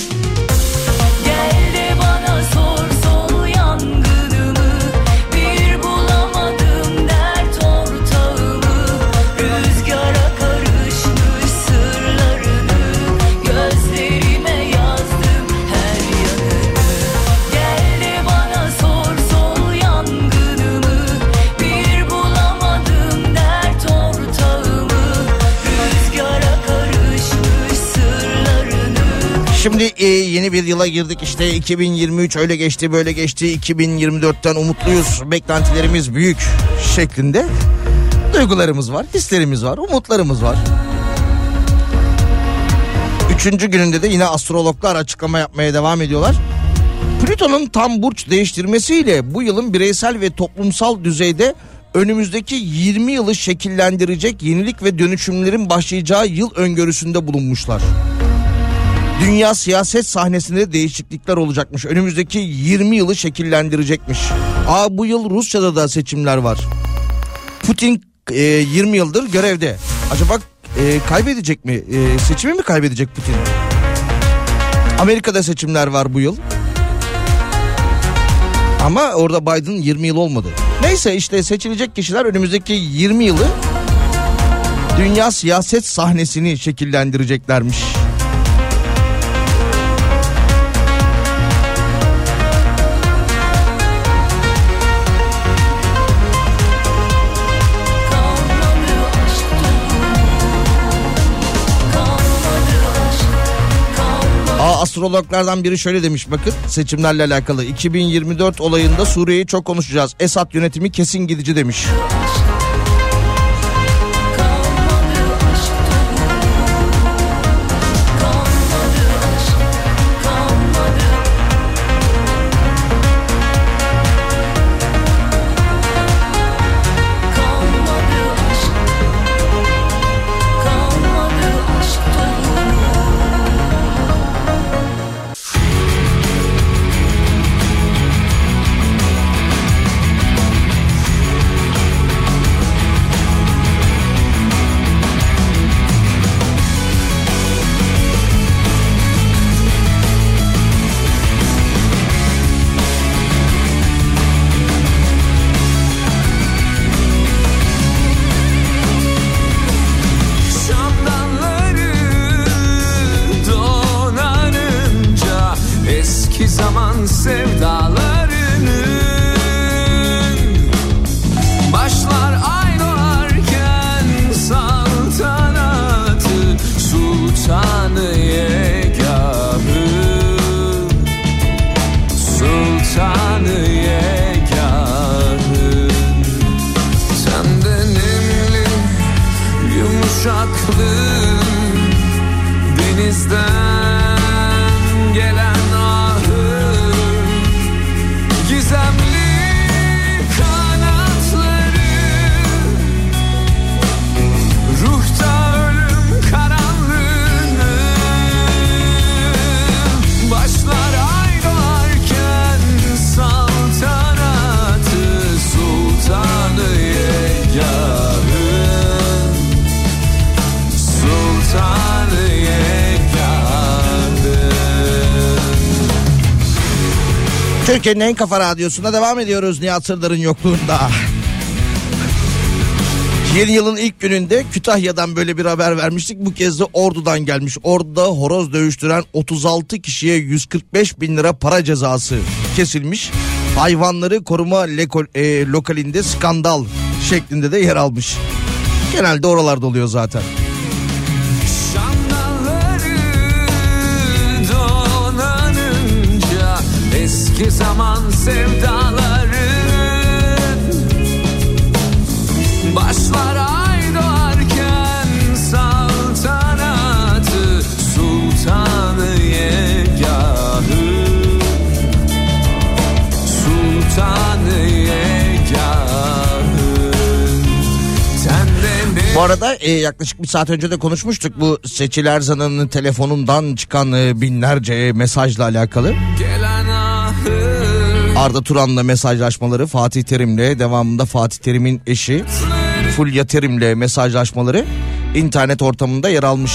Şimdi e, yeni bir yıla girdik, işte iki bin yirmi üç öyle geçti böyle geçti, iki bin yirmi dörtten umutluyuz, beklentilerimiz büyük şeklinde duygularımız var, hislerimiz var, umutlarımız var. Üçüncü gününde de yine astrologlar açıklama yapmaya devam ediyorlar. Plüton'un tam burç değiştirmesiyle bu yılın bireysel ve toplumsal düzeyde önümüzdeki yirmi yılı şekillendirecek yenilik ve dönüşümlerin başlayacağı yıl öngörüsünde bulunmuşlar. Dünya siyaset sahnesinde değişiklikler olacakmış. Önümüzdeki yirmi yılı şekillendirecekmiş. Aa, bu yıl Rusya'da da seçimler var. Putin e, yirmi yıldır görevde. Acaba e, kaybedecek mi? E, seçimi mi kaybedecek Putin? Amerika'da seçimler var bu yıl. Ama orada Biden yirmi yıl olmadı. Neyse, işte seçilecek kişiler önümüzdeki yirmi yılı dünya siyaset sahnesini şekillendireceklermiş. Aa, astrologlardan biri şöyle demiş, bakın seçimlerle alakalı. iki bin yirmi dört olayında Suriye'yi çok konuşacağız. Esad yönetimi kesin gidici demiş. Türkiye'nin en kafa radyosunda devam ediyoruz Nihat Sırdar'ın yokluğunda. Yeni yılın ilk gününde Kütahya'dan böyle bir haber vermiştik. Bu kez de Ordu'dan gelmiş. Ordu'da horoz dövüştüren otuz altı kişiye yüz kırk beş bin lira para cezası kesilmiş. Hayvanları koruma leko, e, lokalinde skandal şeklinde de yer almış. Genelde oralarda oluyor zaten. Eski zaman sevdaları başlar ay doğarken saltanatı sultanı yegahı sultanı yegahı. Bu arada e, yaklaşık bir saat önce de konuşmuştuk bu Seçil Erzan'ın telefonundan çıkan e, binlerce mesajla alakalı. Arda Turan'la mesajlaşmaları, Fatih Terim'le, devamında Fatih Terim'in eşi Fulya Terim'le mesajlaşmaları internet ortamında yer almış.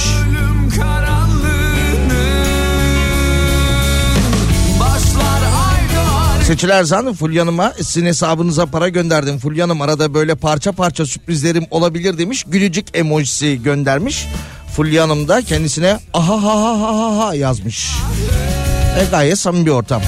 Seçil Erzan, Fulya Hanım'a sizin hesabınıza para gönderdim. Fulya Hanım arada böyle parça parça sürprizlerim olabilir demiş. Gülücük emojisi göndermiş. Fulya Hanım da kendisine aha ha ha ha ha yazmış. E, gayet samimi bir ortam.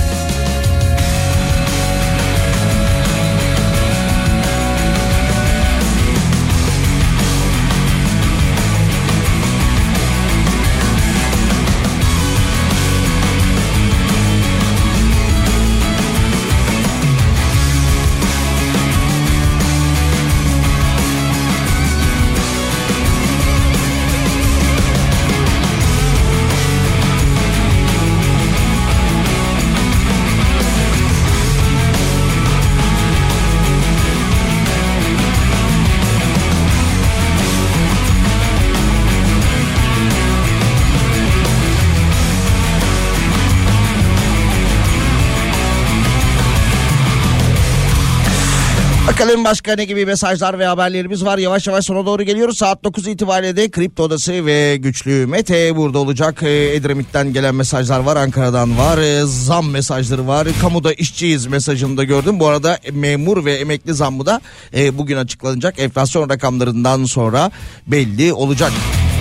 Bakalım başka ne gibi mesajlar ve haberlerimiz var. Yavaş yavaş sona doğru geliyoruz. Saat dokuz itibariyle de Kripto Odası ve Güçlü Mete burada olacak. Edremit'ten gelen mesajlar var, Ankara'dan var. Zam mesajları var. Kamuda işçiyiz mesajını da gördüm. Bu arada memur ve emekli zammı da bugün açıklanacak. Enflasyon rakamlarından sonra belli olacak.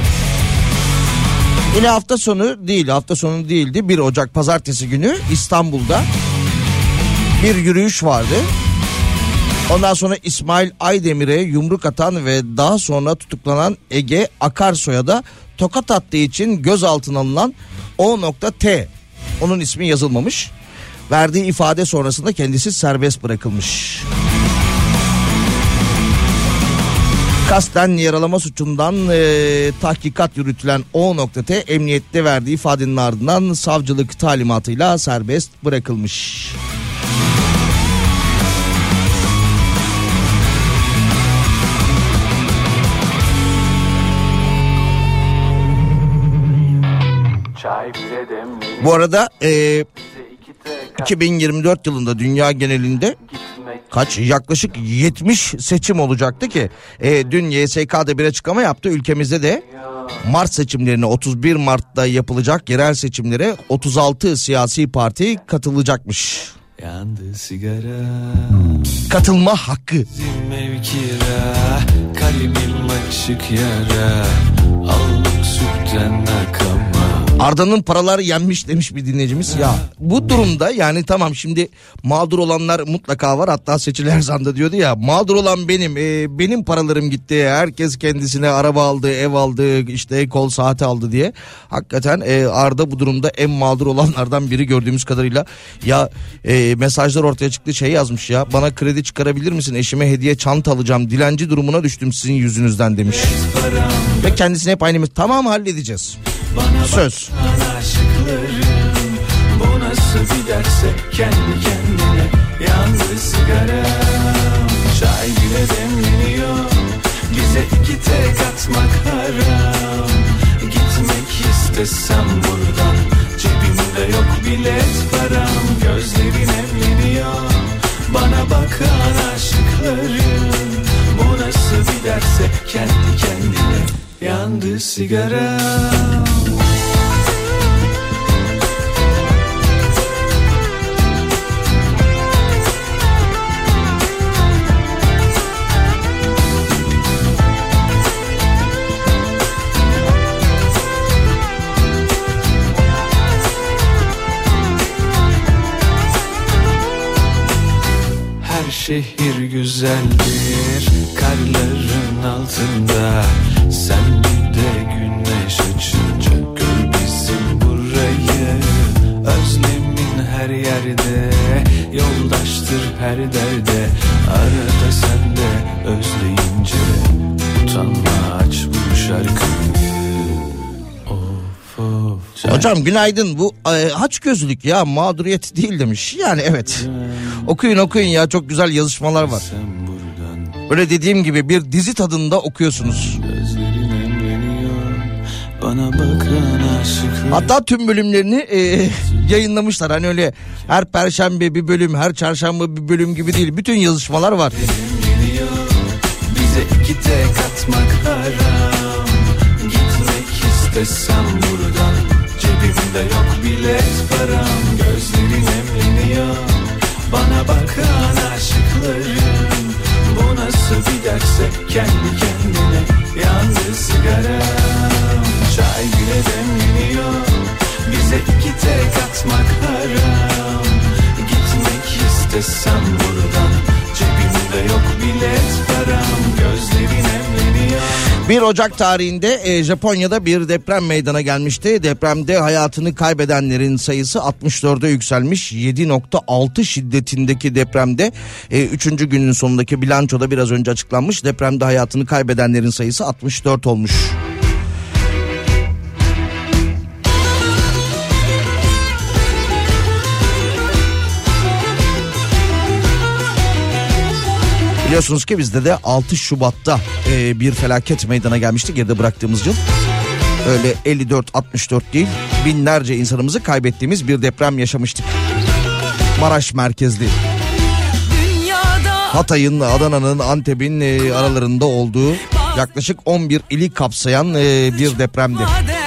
Yine hafta sonu değil, hafta sonu değildi. bir Ocak pazartesi günü İstanbul'da bir yürüyüş vardı. Ondan sonra İsmail Aydemir'e yumruk atan ve daha sonra tutuklanan Ege Akarsoy'a da tokat attığı için gözaltına alınan O.T. Onun ismi yazılmamış. Verdiği ifade sonrasında kendisi serbest bırakılmış. Kasten yaralama suçundan e, tahkikat yürütülen O.T. emniyette verdiği ifadenin ardından savcılık talimatıyla serbest bırakılmış. Bu arada e, iki bin yirmi dört yılında dünya genelinde kaç yaklaşık yetmiş seçim olacaktı ki e, dün Y S K'da bir açıklama yaptı. Ülkemizde de Mart seçimlerine otuz bir Mart'ta yapılacak yerel seçimlere otuz altı siyasi parti katılacakmış. Yandı sigara, katılma hakkı. Mevkira, kalbim açık yara, allık sütten akama. Arda'nın paraları yenmiş demiş bir dinleyicimiz. Ya bu durumda yani tamam şimdi mağdur olanlar mutlaka var. Hatta Seçil Erzan da diyordu ya, mağdur olan benim. E, benim paralarım gitti. Herkes kendisine araba aldı, ev aldı, işte kol saati aldı diye. Hakikaten e, Arda bu durumda en mağdur olanlardan biri gördüğümüz kadarıyla. Ya e, mesajlar ortaya çıktı, şey yazmış ya. Bana kredi çıkarabilir misin? Eşime hediye çanta alacağım. Dilenci durumuna düştüm sizin yüzünüzden demiş. Ve kendisine hep aynı. Tamam, halledeceğiz. Bana söz. Aşıklarım, bu nasıl bir derse kendi kendine yandı sigaram. Çay bile demleniyor, bize iki tek atmak haram. Gitmek istesem buradan, cebimde yok bilet param. Gözlerin emleniyor, bana bakan aşıklarım. Bu nasıl bir derse kendi kendine yandı sigaram. şehir güzeldir karların altında. Sen bir de güneş açınca gör bizim burayı. Özlemin her yerde, yoldaştır her derde. Arada sen de özleyince utanma, aç bu şarkıyı. Of of. Hocam günaydın, bu e, açgözlülük ya, mağduriyet değil demiş. Yani evet, okuyun okuyun ya, çok güzel yazışmalar var. Böyle dediğim gibi bir dizi tadında okuyorsunuz. Bana bakın aşıklar. Hatta tüm bölümlerini e, yayınlamışlar. Hani öyle her perşembe bir bölüm, her çarşamba bir bölüm gibi değil. Bütün yazışmalar var. Bize iki tek atmak haram. Gitmek istesem buradan, cebimde yok bilet param. Gözlerin emleniyor, bana bakan aşıklarım. Bu nasıl bir derse kendi kendine yandı sigaram. Çay bile demleniyor, bize iki tek atmak haram. Gitmek istesem buradan, cebimde yok bilet param. Gözlerin emleniyor. bir Ocak tarihinde e, Japonya'da bir deprem meydana gelmişti. Depremde hayatını kaybedenlerin sayısı altmış dörde yükselmiş. yedi nokta altı şiddetindeki depremde e, üçüncü günün sonundaki bilançoda biraz önce açıklanmış. Depremde hayatını kaybedenlerin sayısı altmış dört olmuş. Biliyorsunuz ki bizde de altı Şubat'ta e, bir felaket meydana gelmişti geride bıraktığımız yıl. Öyle elli dört altmış dört değil, binlerce insanımızı kaybettiğimiz bir deprem yaşamıştık. Maraş merkezli. Hatay'ın, Adana'nın, Antep'in e, aralarında olduğu yaklaşık on bir ili kapsayan e, bir depremdi.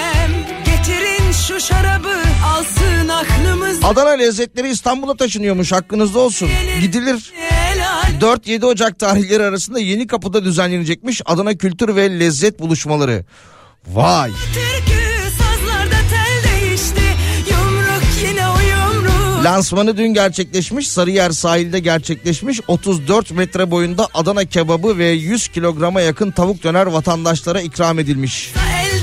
Adana lezzetleri İstanbul'a taşınıyormuş, hakkınızda olsun. Gidilir. dört yedi Ocak tarihleri arasında Yenikapı'da düzenlenecekmiş Adana Kültür ve Lezzet Buluşmaları. Vay! Lansmanı dün gerçekleşmiş, Sarıyer sahilde gerçekleşmiş. otuz dört metre boyunda Adana kebabı ve yüz kilograma yakın tavuk döner vatandaşlara ikram edilmiş.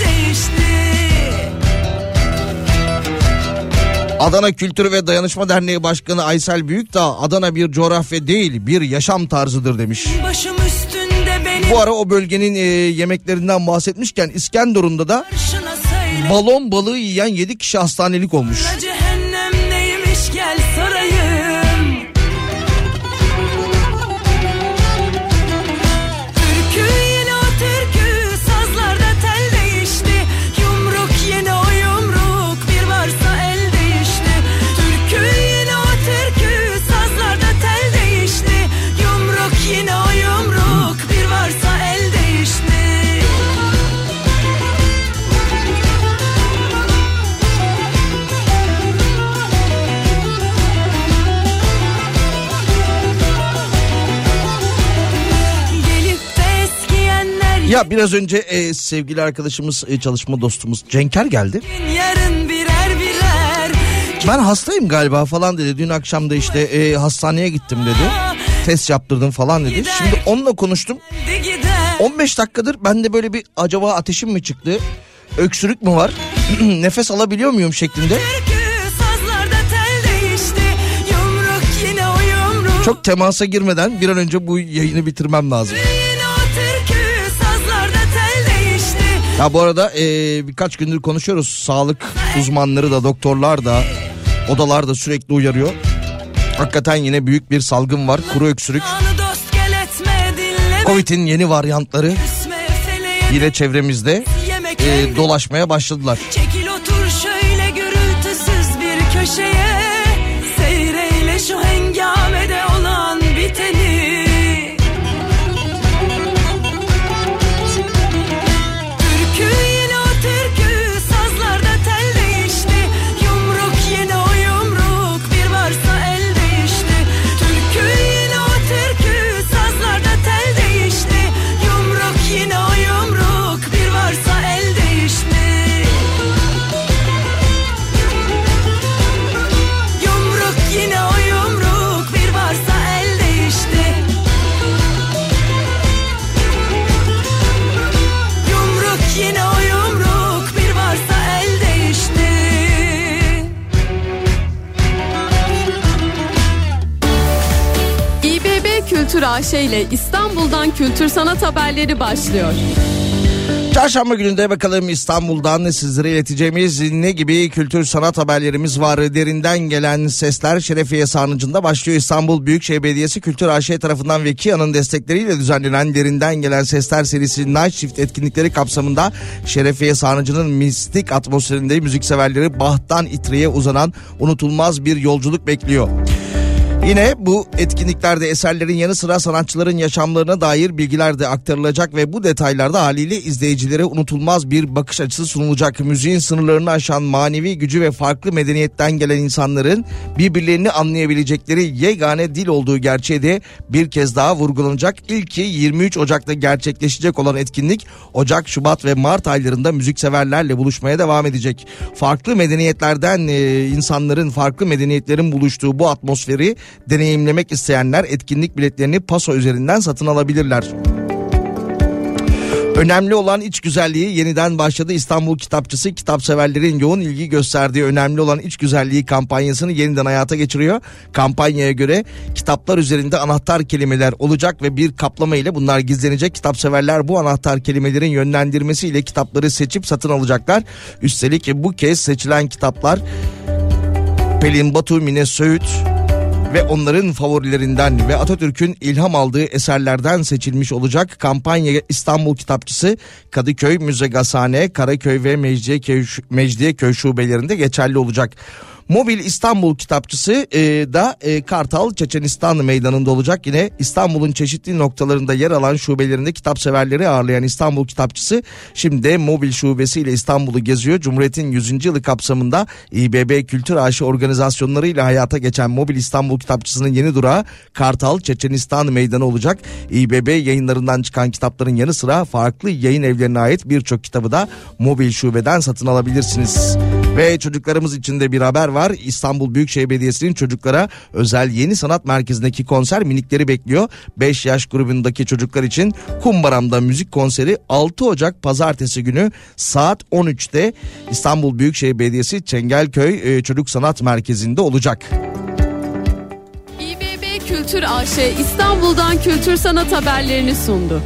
Adana Kültür ve Dayanışma Derneği Başkanı Aysel Büyükdağ, Adana bir coğrafya değil, bir yaşam tarzıdır demiş. Bu ara o bölgenin e, yemeklerinden bahsetmişken İskenderun'da da balon balığı yiyen yedi kişi hastanelik olmuş. Ya biraz önce e, sevgili arkadaşımız, e, çalışma dostumuz Cenker geldi. Birer birer. Ben hastayım galiba falan dedi. Dün akşam da işte e, hastaneye gittim dedi. Test yaptırdım falan dedi. Şimdi onunla konuştum. on beş dakikadır bende böyle bir acaba ateşim mi çıktı? Öksürük mü var? Nefes alabiliyor muyum şeklinde. Çok temasa girmeden bir an önce bu yayını bitirmem lazım. Ya bu arada e, birkaç gündür konuşuyoruz. Sağlık uzmanları da, doktorlar da, odalar da sürekli uyarıyor. Hakikaten yine büyük bir salgın var. Kuru öksürük. Covid'in yeni varyantları yine çevremizde e, dolaşmaya başladılar. Çekil otur şöyle gürültüsüz bir köşeye. Seyreyle şu hengamede olan biteni. Kültür A Ş ile İstanbul'dan kültür sanat haberleri başlıyor. Çarşamba gününde bakalım İstanbul'dan sizlere ileteceğimiz ne gibi kültür sanat haberlerimiz var. Derinden gelen sesler Şerefiye Sarnıcı'nda başlıyor. İstanbul Büyükşehir Belediyesi Kültür A Ş tarafından ve KİA'nın destekleriyle düzenlenen Derinden Gelen Sesler serisi Night Shift etkinlikleri kapsamında Şerefiye Sarnıcı'nın mistik atmosferinde müzikseverleri Bach'tan İtri'ye uzanan unutulmaz bir yolculuk bekliyor. Yine bu etkinliklerde eserlerin yanı sıra sanatçıların yaşamlarına dair bilgiler de aktarılacak ve bu detaylarda haliyle izleyicilere unutulmaz bir bakış açısı sunulacak. Müziğin sınırlarını aşan manevi gücü ve farklı medeniyetten gelen insanların birbirlerini anlayabilecekleri yegane dil olduğu gerçeği de bir kez daha vurgulanacak. İlki yirmi üç Ocak'ta gerçekleşecek olan etkinlik Ocak, Şubat ve Mart aylarında müzikseverlerle buluşmaya devam edecek. Farklı medeniyetlerden e, insanların, farklı medeniyetlerin buluştuğu bu atmosferi deneyimlemek isteyenler etkinlik biletlerini Paso üzerinden satın alabilirler. Önemli olan iç güzelliği yeniden başladı. İstanbul Kitapçısı kitapseverlerin yoğun ilgi gösterdiği Önemli Olan İç Güzelliği kampanyasını yeniden hayata geçiriyor. Kampanyaya göre kitaplar üzerinde anahtar kelimeler olacak ve bir kaplama ile bunlar gizlenecek. Kitapseverler bu anahtar kelimelerin yönlendirmesiyle kitapları seçip satın alacaklar. Üstelik bu kez seçilen kitaplar Pelin Batu, Mine Söğüt ve onların favorilerinden ve Atatürk'ün ilham aldığı eserlerden seçilmiş olacak. Kampanya İstanbul Kitapçısı, Kadıköy, Müze Gazhane, Karaköy ve Mecidiyeköy, Mecidiyeköy şubelerinde geçerli olacak. Mobil İstanbul Kitapçısı e, da e, Kartal Çeçenistan Meydanı'nda olacak. Yine İstanbul'un çeşitli noktalarında yer alan şubelerinde kitapseverleri ağırlayan İstanbul Kitapçısı şimdi de mobil şubesiyle İstanbul'u geziyor. Cumhuriyet'in yüzüncü yılı kapsamında İBB Kültür A Ş organizasyonlarıyla hayata geçen Mobil İstanbul Kitapçısı'nın yeni durağı Kartal Çeçenistan Meydanı olacak. İBB yayınlarından çıkan kitapların yanı sıra farklı yayın evlerine ait birçok kitabı da mobil şubeden satın alabilirsiniz. Ve çocuklarımız için de bir haber var. İstanbul Büyükşehir Belediyesi'nin çocuklara özel yeni sanat merkezindeki konser minikleri bekliyor. beş yaş grubundaki çocuklar için Kumbaram'da müzik konseri altı Ocak Pazartesi günü saat on üçte İstanbul Büyükşehir Belediyesi Çengelköy Çocuk Sanat Merkezi'nde olacak. İBB Kültür A Ş İstanbul'dan kültür sanat haberlerini sundu.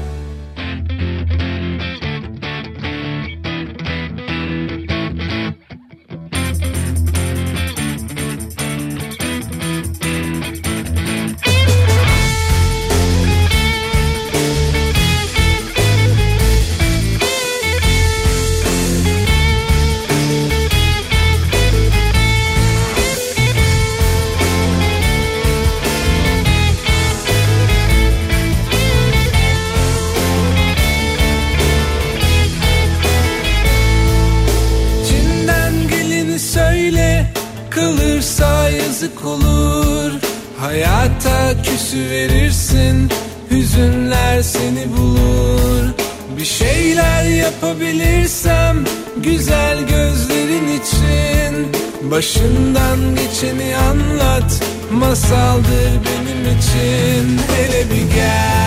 Kalırsa yazık olur. Hayata küsü verirsin, hüzünler seni bulur. Bir şeyler yapabilirsem güzel gözlerin için, başından geçeni anlat, masaldır benim için. Hele bir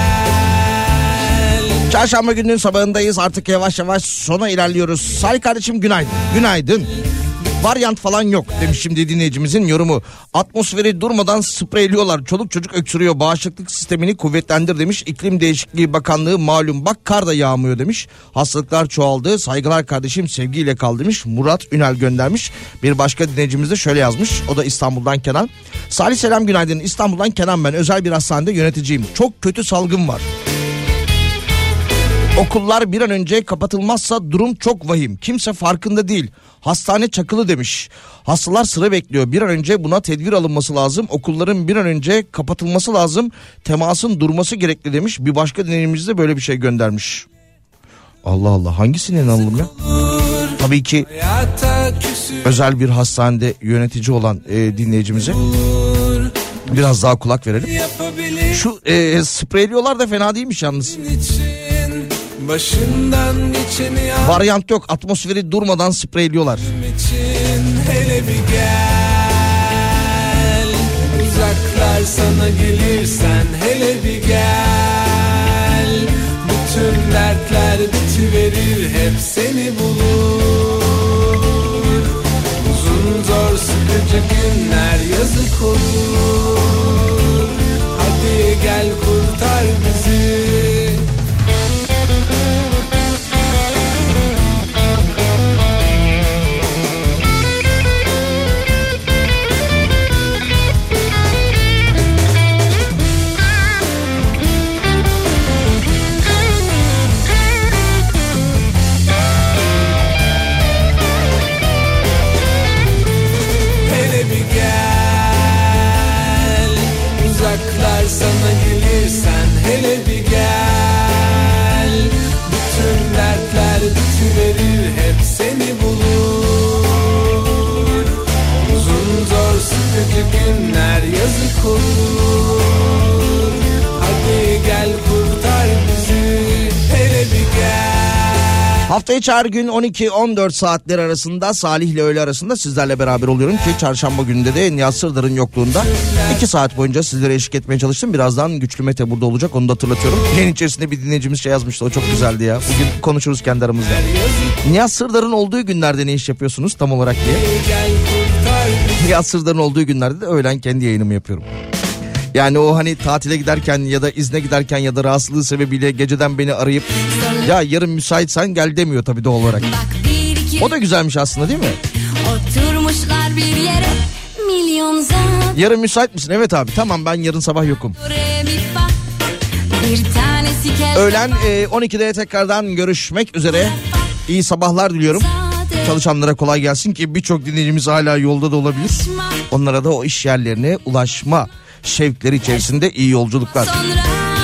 gel. Çarşamba gününün sabahındayız, artık yavaş yavaş sona ilerliyoruz. Salih kardeşim günaydın. Günaydın. Varyant falan yok demiş şimdi dinleyicimizin yorumu. Atmosferi durmadan spreyliyorlar. Çoluk çocuk öksürüyor. Bağışıklık sistemini kuvvetlendir demiş. İklim Değişikliği Bakanlığı malum bak kar da yağmıyor demiş. Hastalıklar çoğaldı. Saygılar kardeşim, sevgiyle kal demiş. Murat Ünal göndermiş. Bir başka dinleyicimiz de şöyle yazmış. O da İstanbul'dan Kenan. Salih selam günaydın. İstanbul'dan Kenan ben. Özel bir hastanede yöneticiyim. Çok kötü salgın var. Okullar bir an önce kapatılmazsa durum çok vahim. Kimse farkında değil. Hastane çakılı demiş. Hastalar sıra bekliyor. Bir an önce buna tedbir alınması lazım. Okulların bir an önce kapatılması lazım. Temasın durması gerekli demiş. Bir başka dinleyicimiz de böyle bir şey göndermiş. Allah Allah, hangisine inanalım ya? Tabii ki özel bir hastanede yönetici olan e, dinleyicimize biraz daha kulak verelim. Şu e, spreyliyorlar da fena değilmiş yalnız. Başından geçeni varyant yok, atmosferi durmadan spreyliyorlar. Hele bir gel, uzaklar sana gelirsen hele bir gel. Bütün dertler bitiverir, hep seni bulur. Uzun zor sıkıcı günler yazık olur. Hadi gel kurtar Hafta içi her gün on iki on dört saatler arasında Salih ile öğle arasında sizlerle beraber oluyorum ki çarşamba gününde de Nihat Sırdar'ın yokluğunda iki saat boyunca sizlere eşlik etmeye çalıştım. Birazdan Güçlü Mete burada olacak, onu da hatırlatıyorum. Yayın içerisinde bir dinleyicimiz şey yazmıştı, o çok güzeldi ya. Bugün konuşuruz kendi aramızda. Nihat Sırdar'ın olduğu günlerde ne iş yapıyorsunuz tam olarak diye. Nihat Sırdar'ın olduğu günlerde de öğlen kendi yayınımı yapıyorum. Yani o hani tatile giderken ya da izne giderken ya da rahatsızlığı sebebiyle geceden beni arayıp ya yarın müsaitsen gel demiyor tabii doğal olarak. O da güzelmiş aslında değil mi? Oturmuşlar bir yere milyon zat. Yarın müsait misin? Evet abi, tamam ben yarın sabah yokum. Öğlen e, on ikide tekrardan görüşmek üzere. İyi sabahlar diliyorum. Çalışanlara kolay gelsin ki birçok dinleyicimiz hala yolda da olabilir. Onlara da o iş yerlerine ulaşma şevkleri içerisinde iyi yolculuklar. Sonra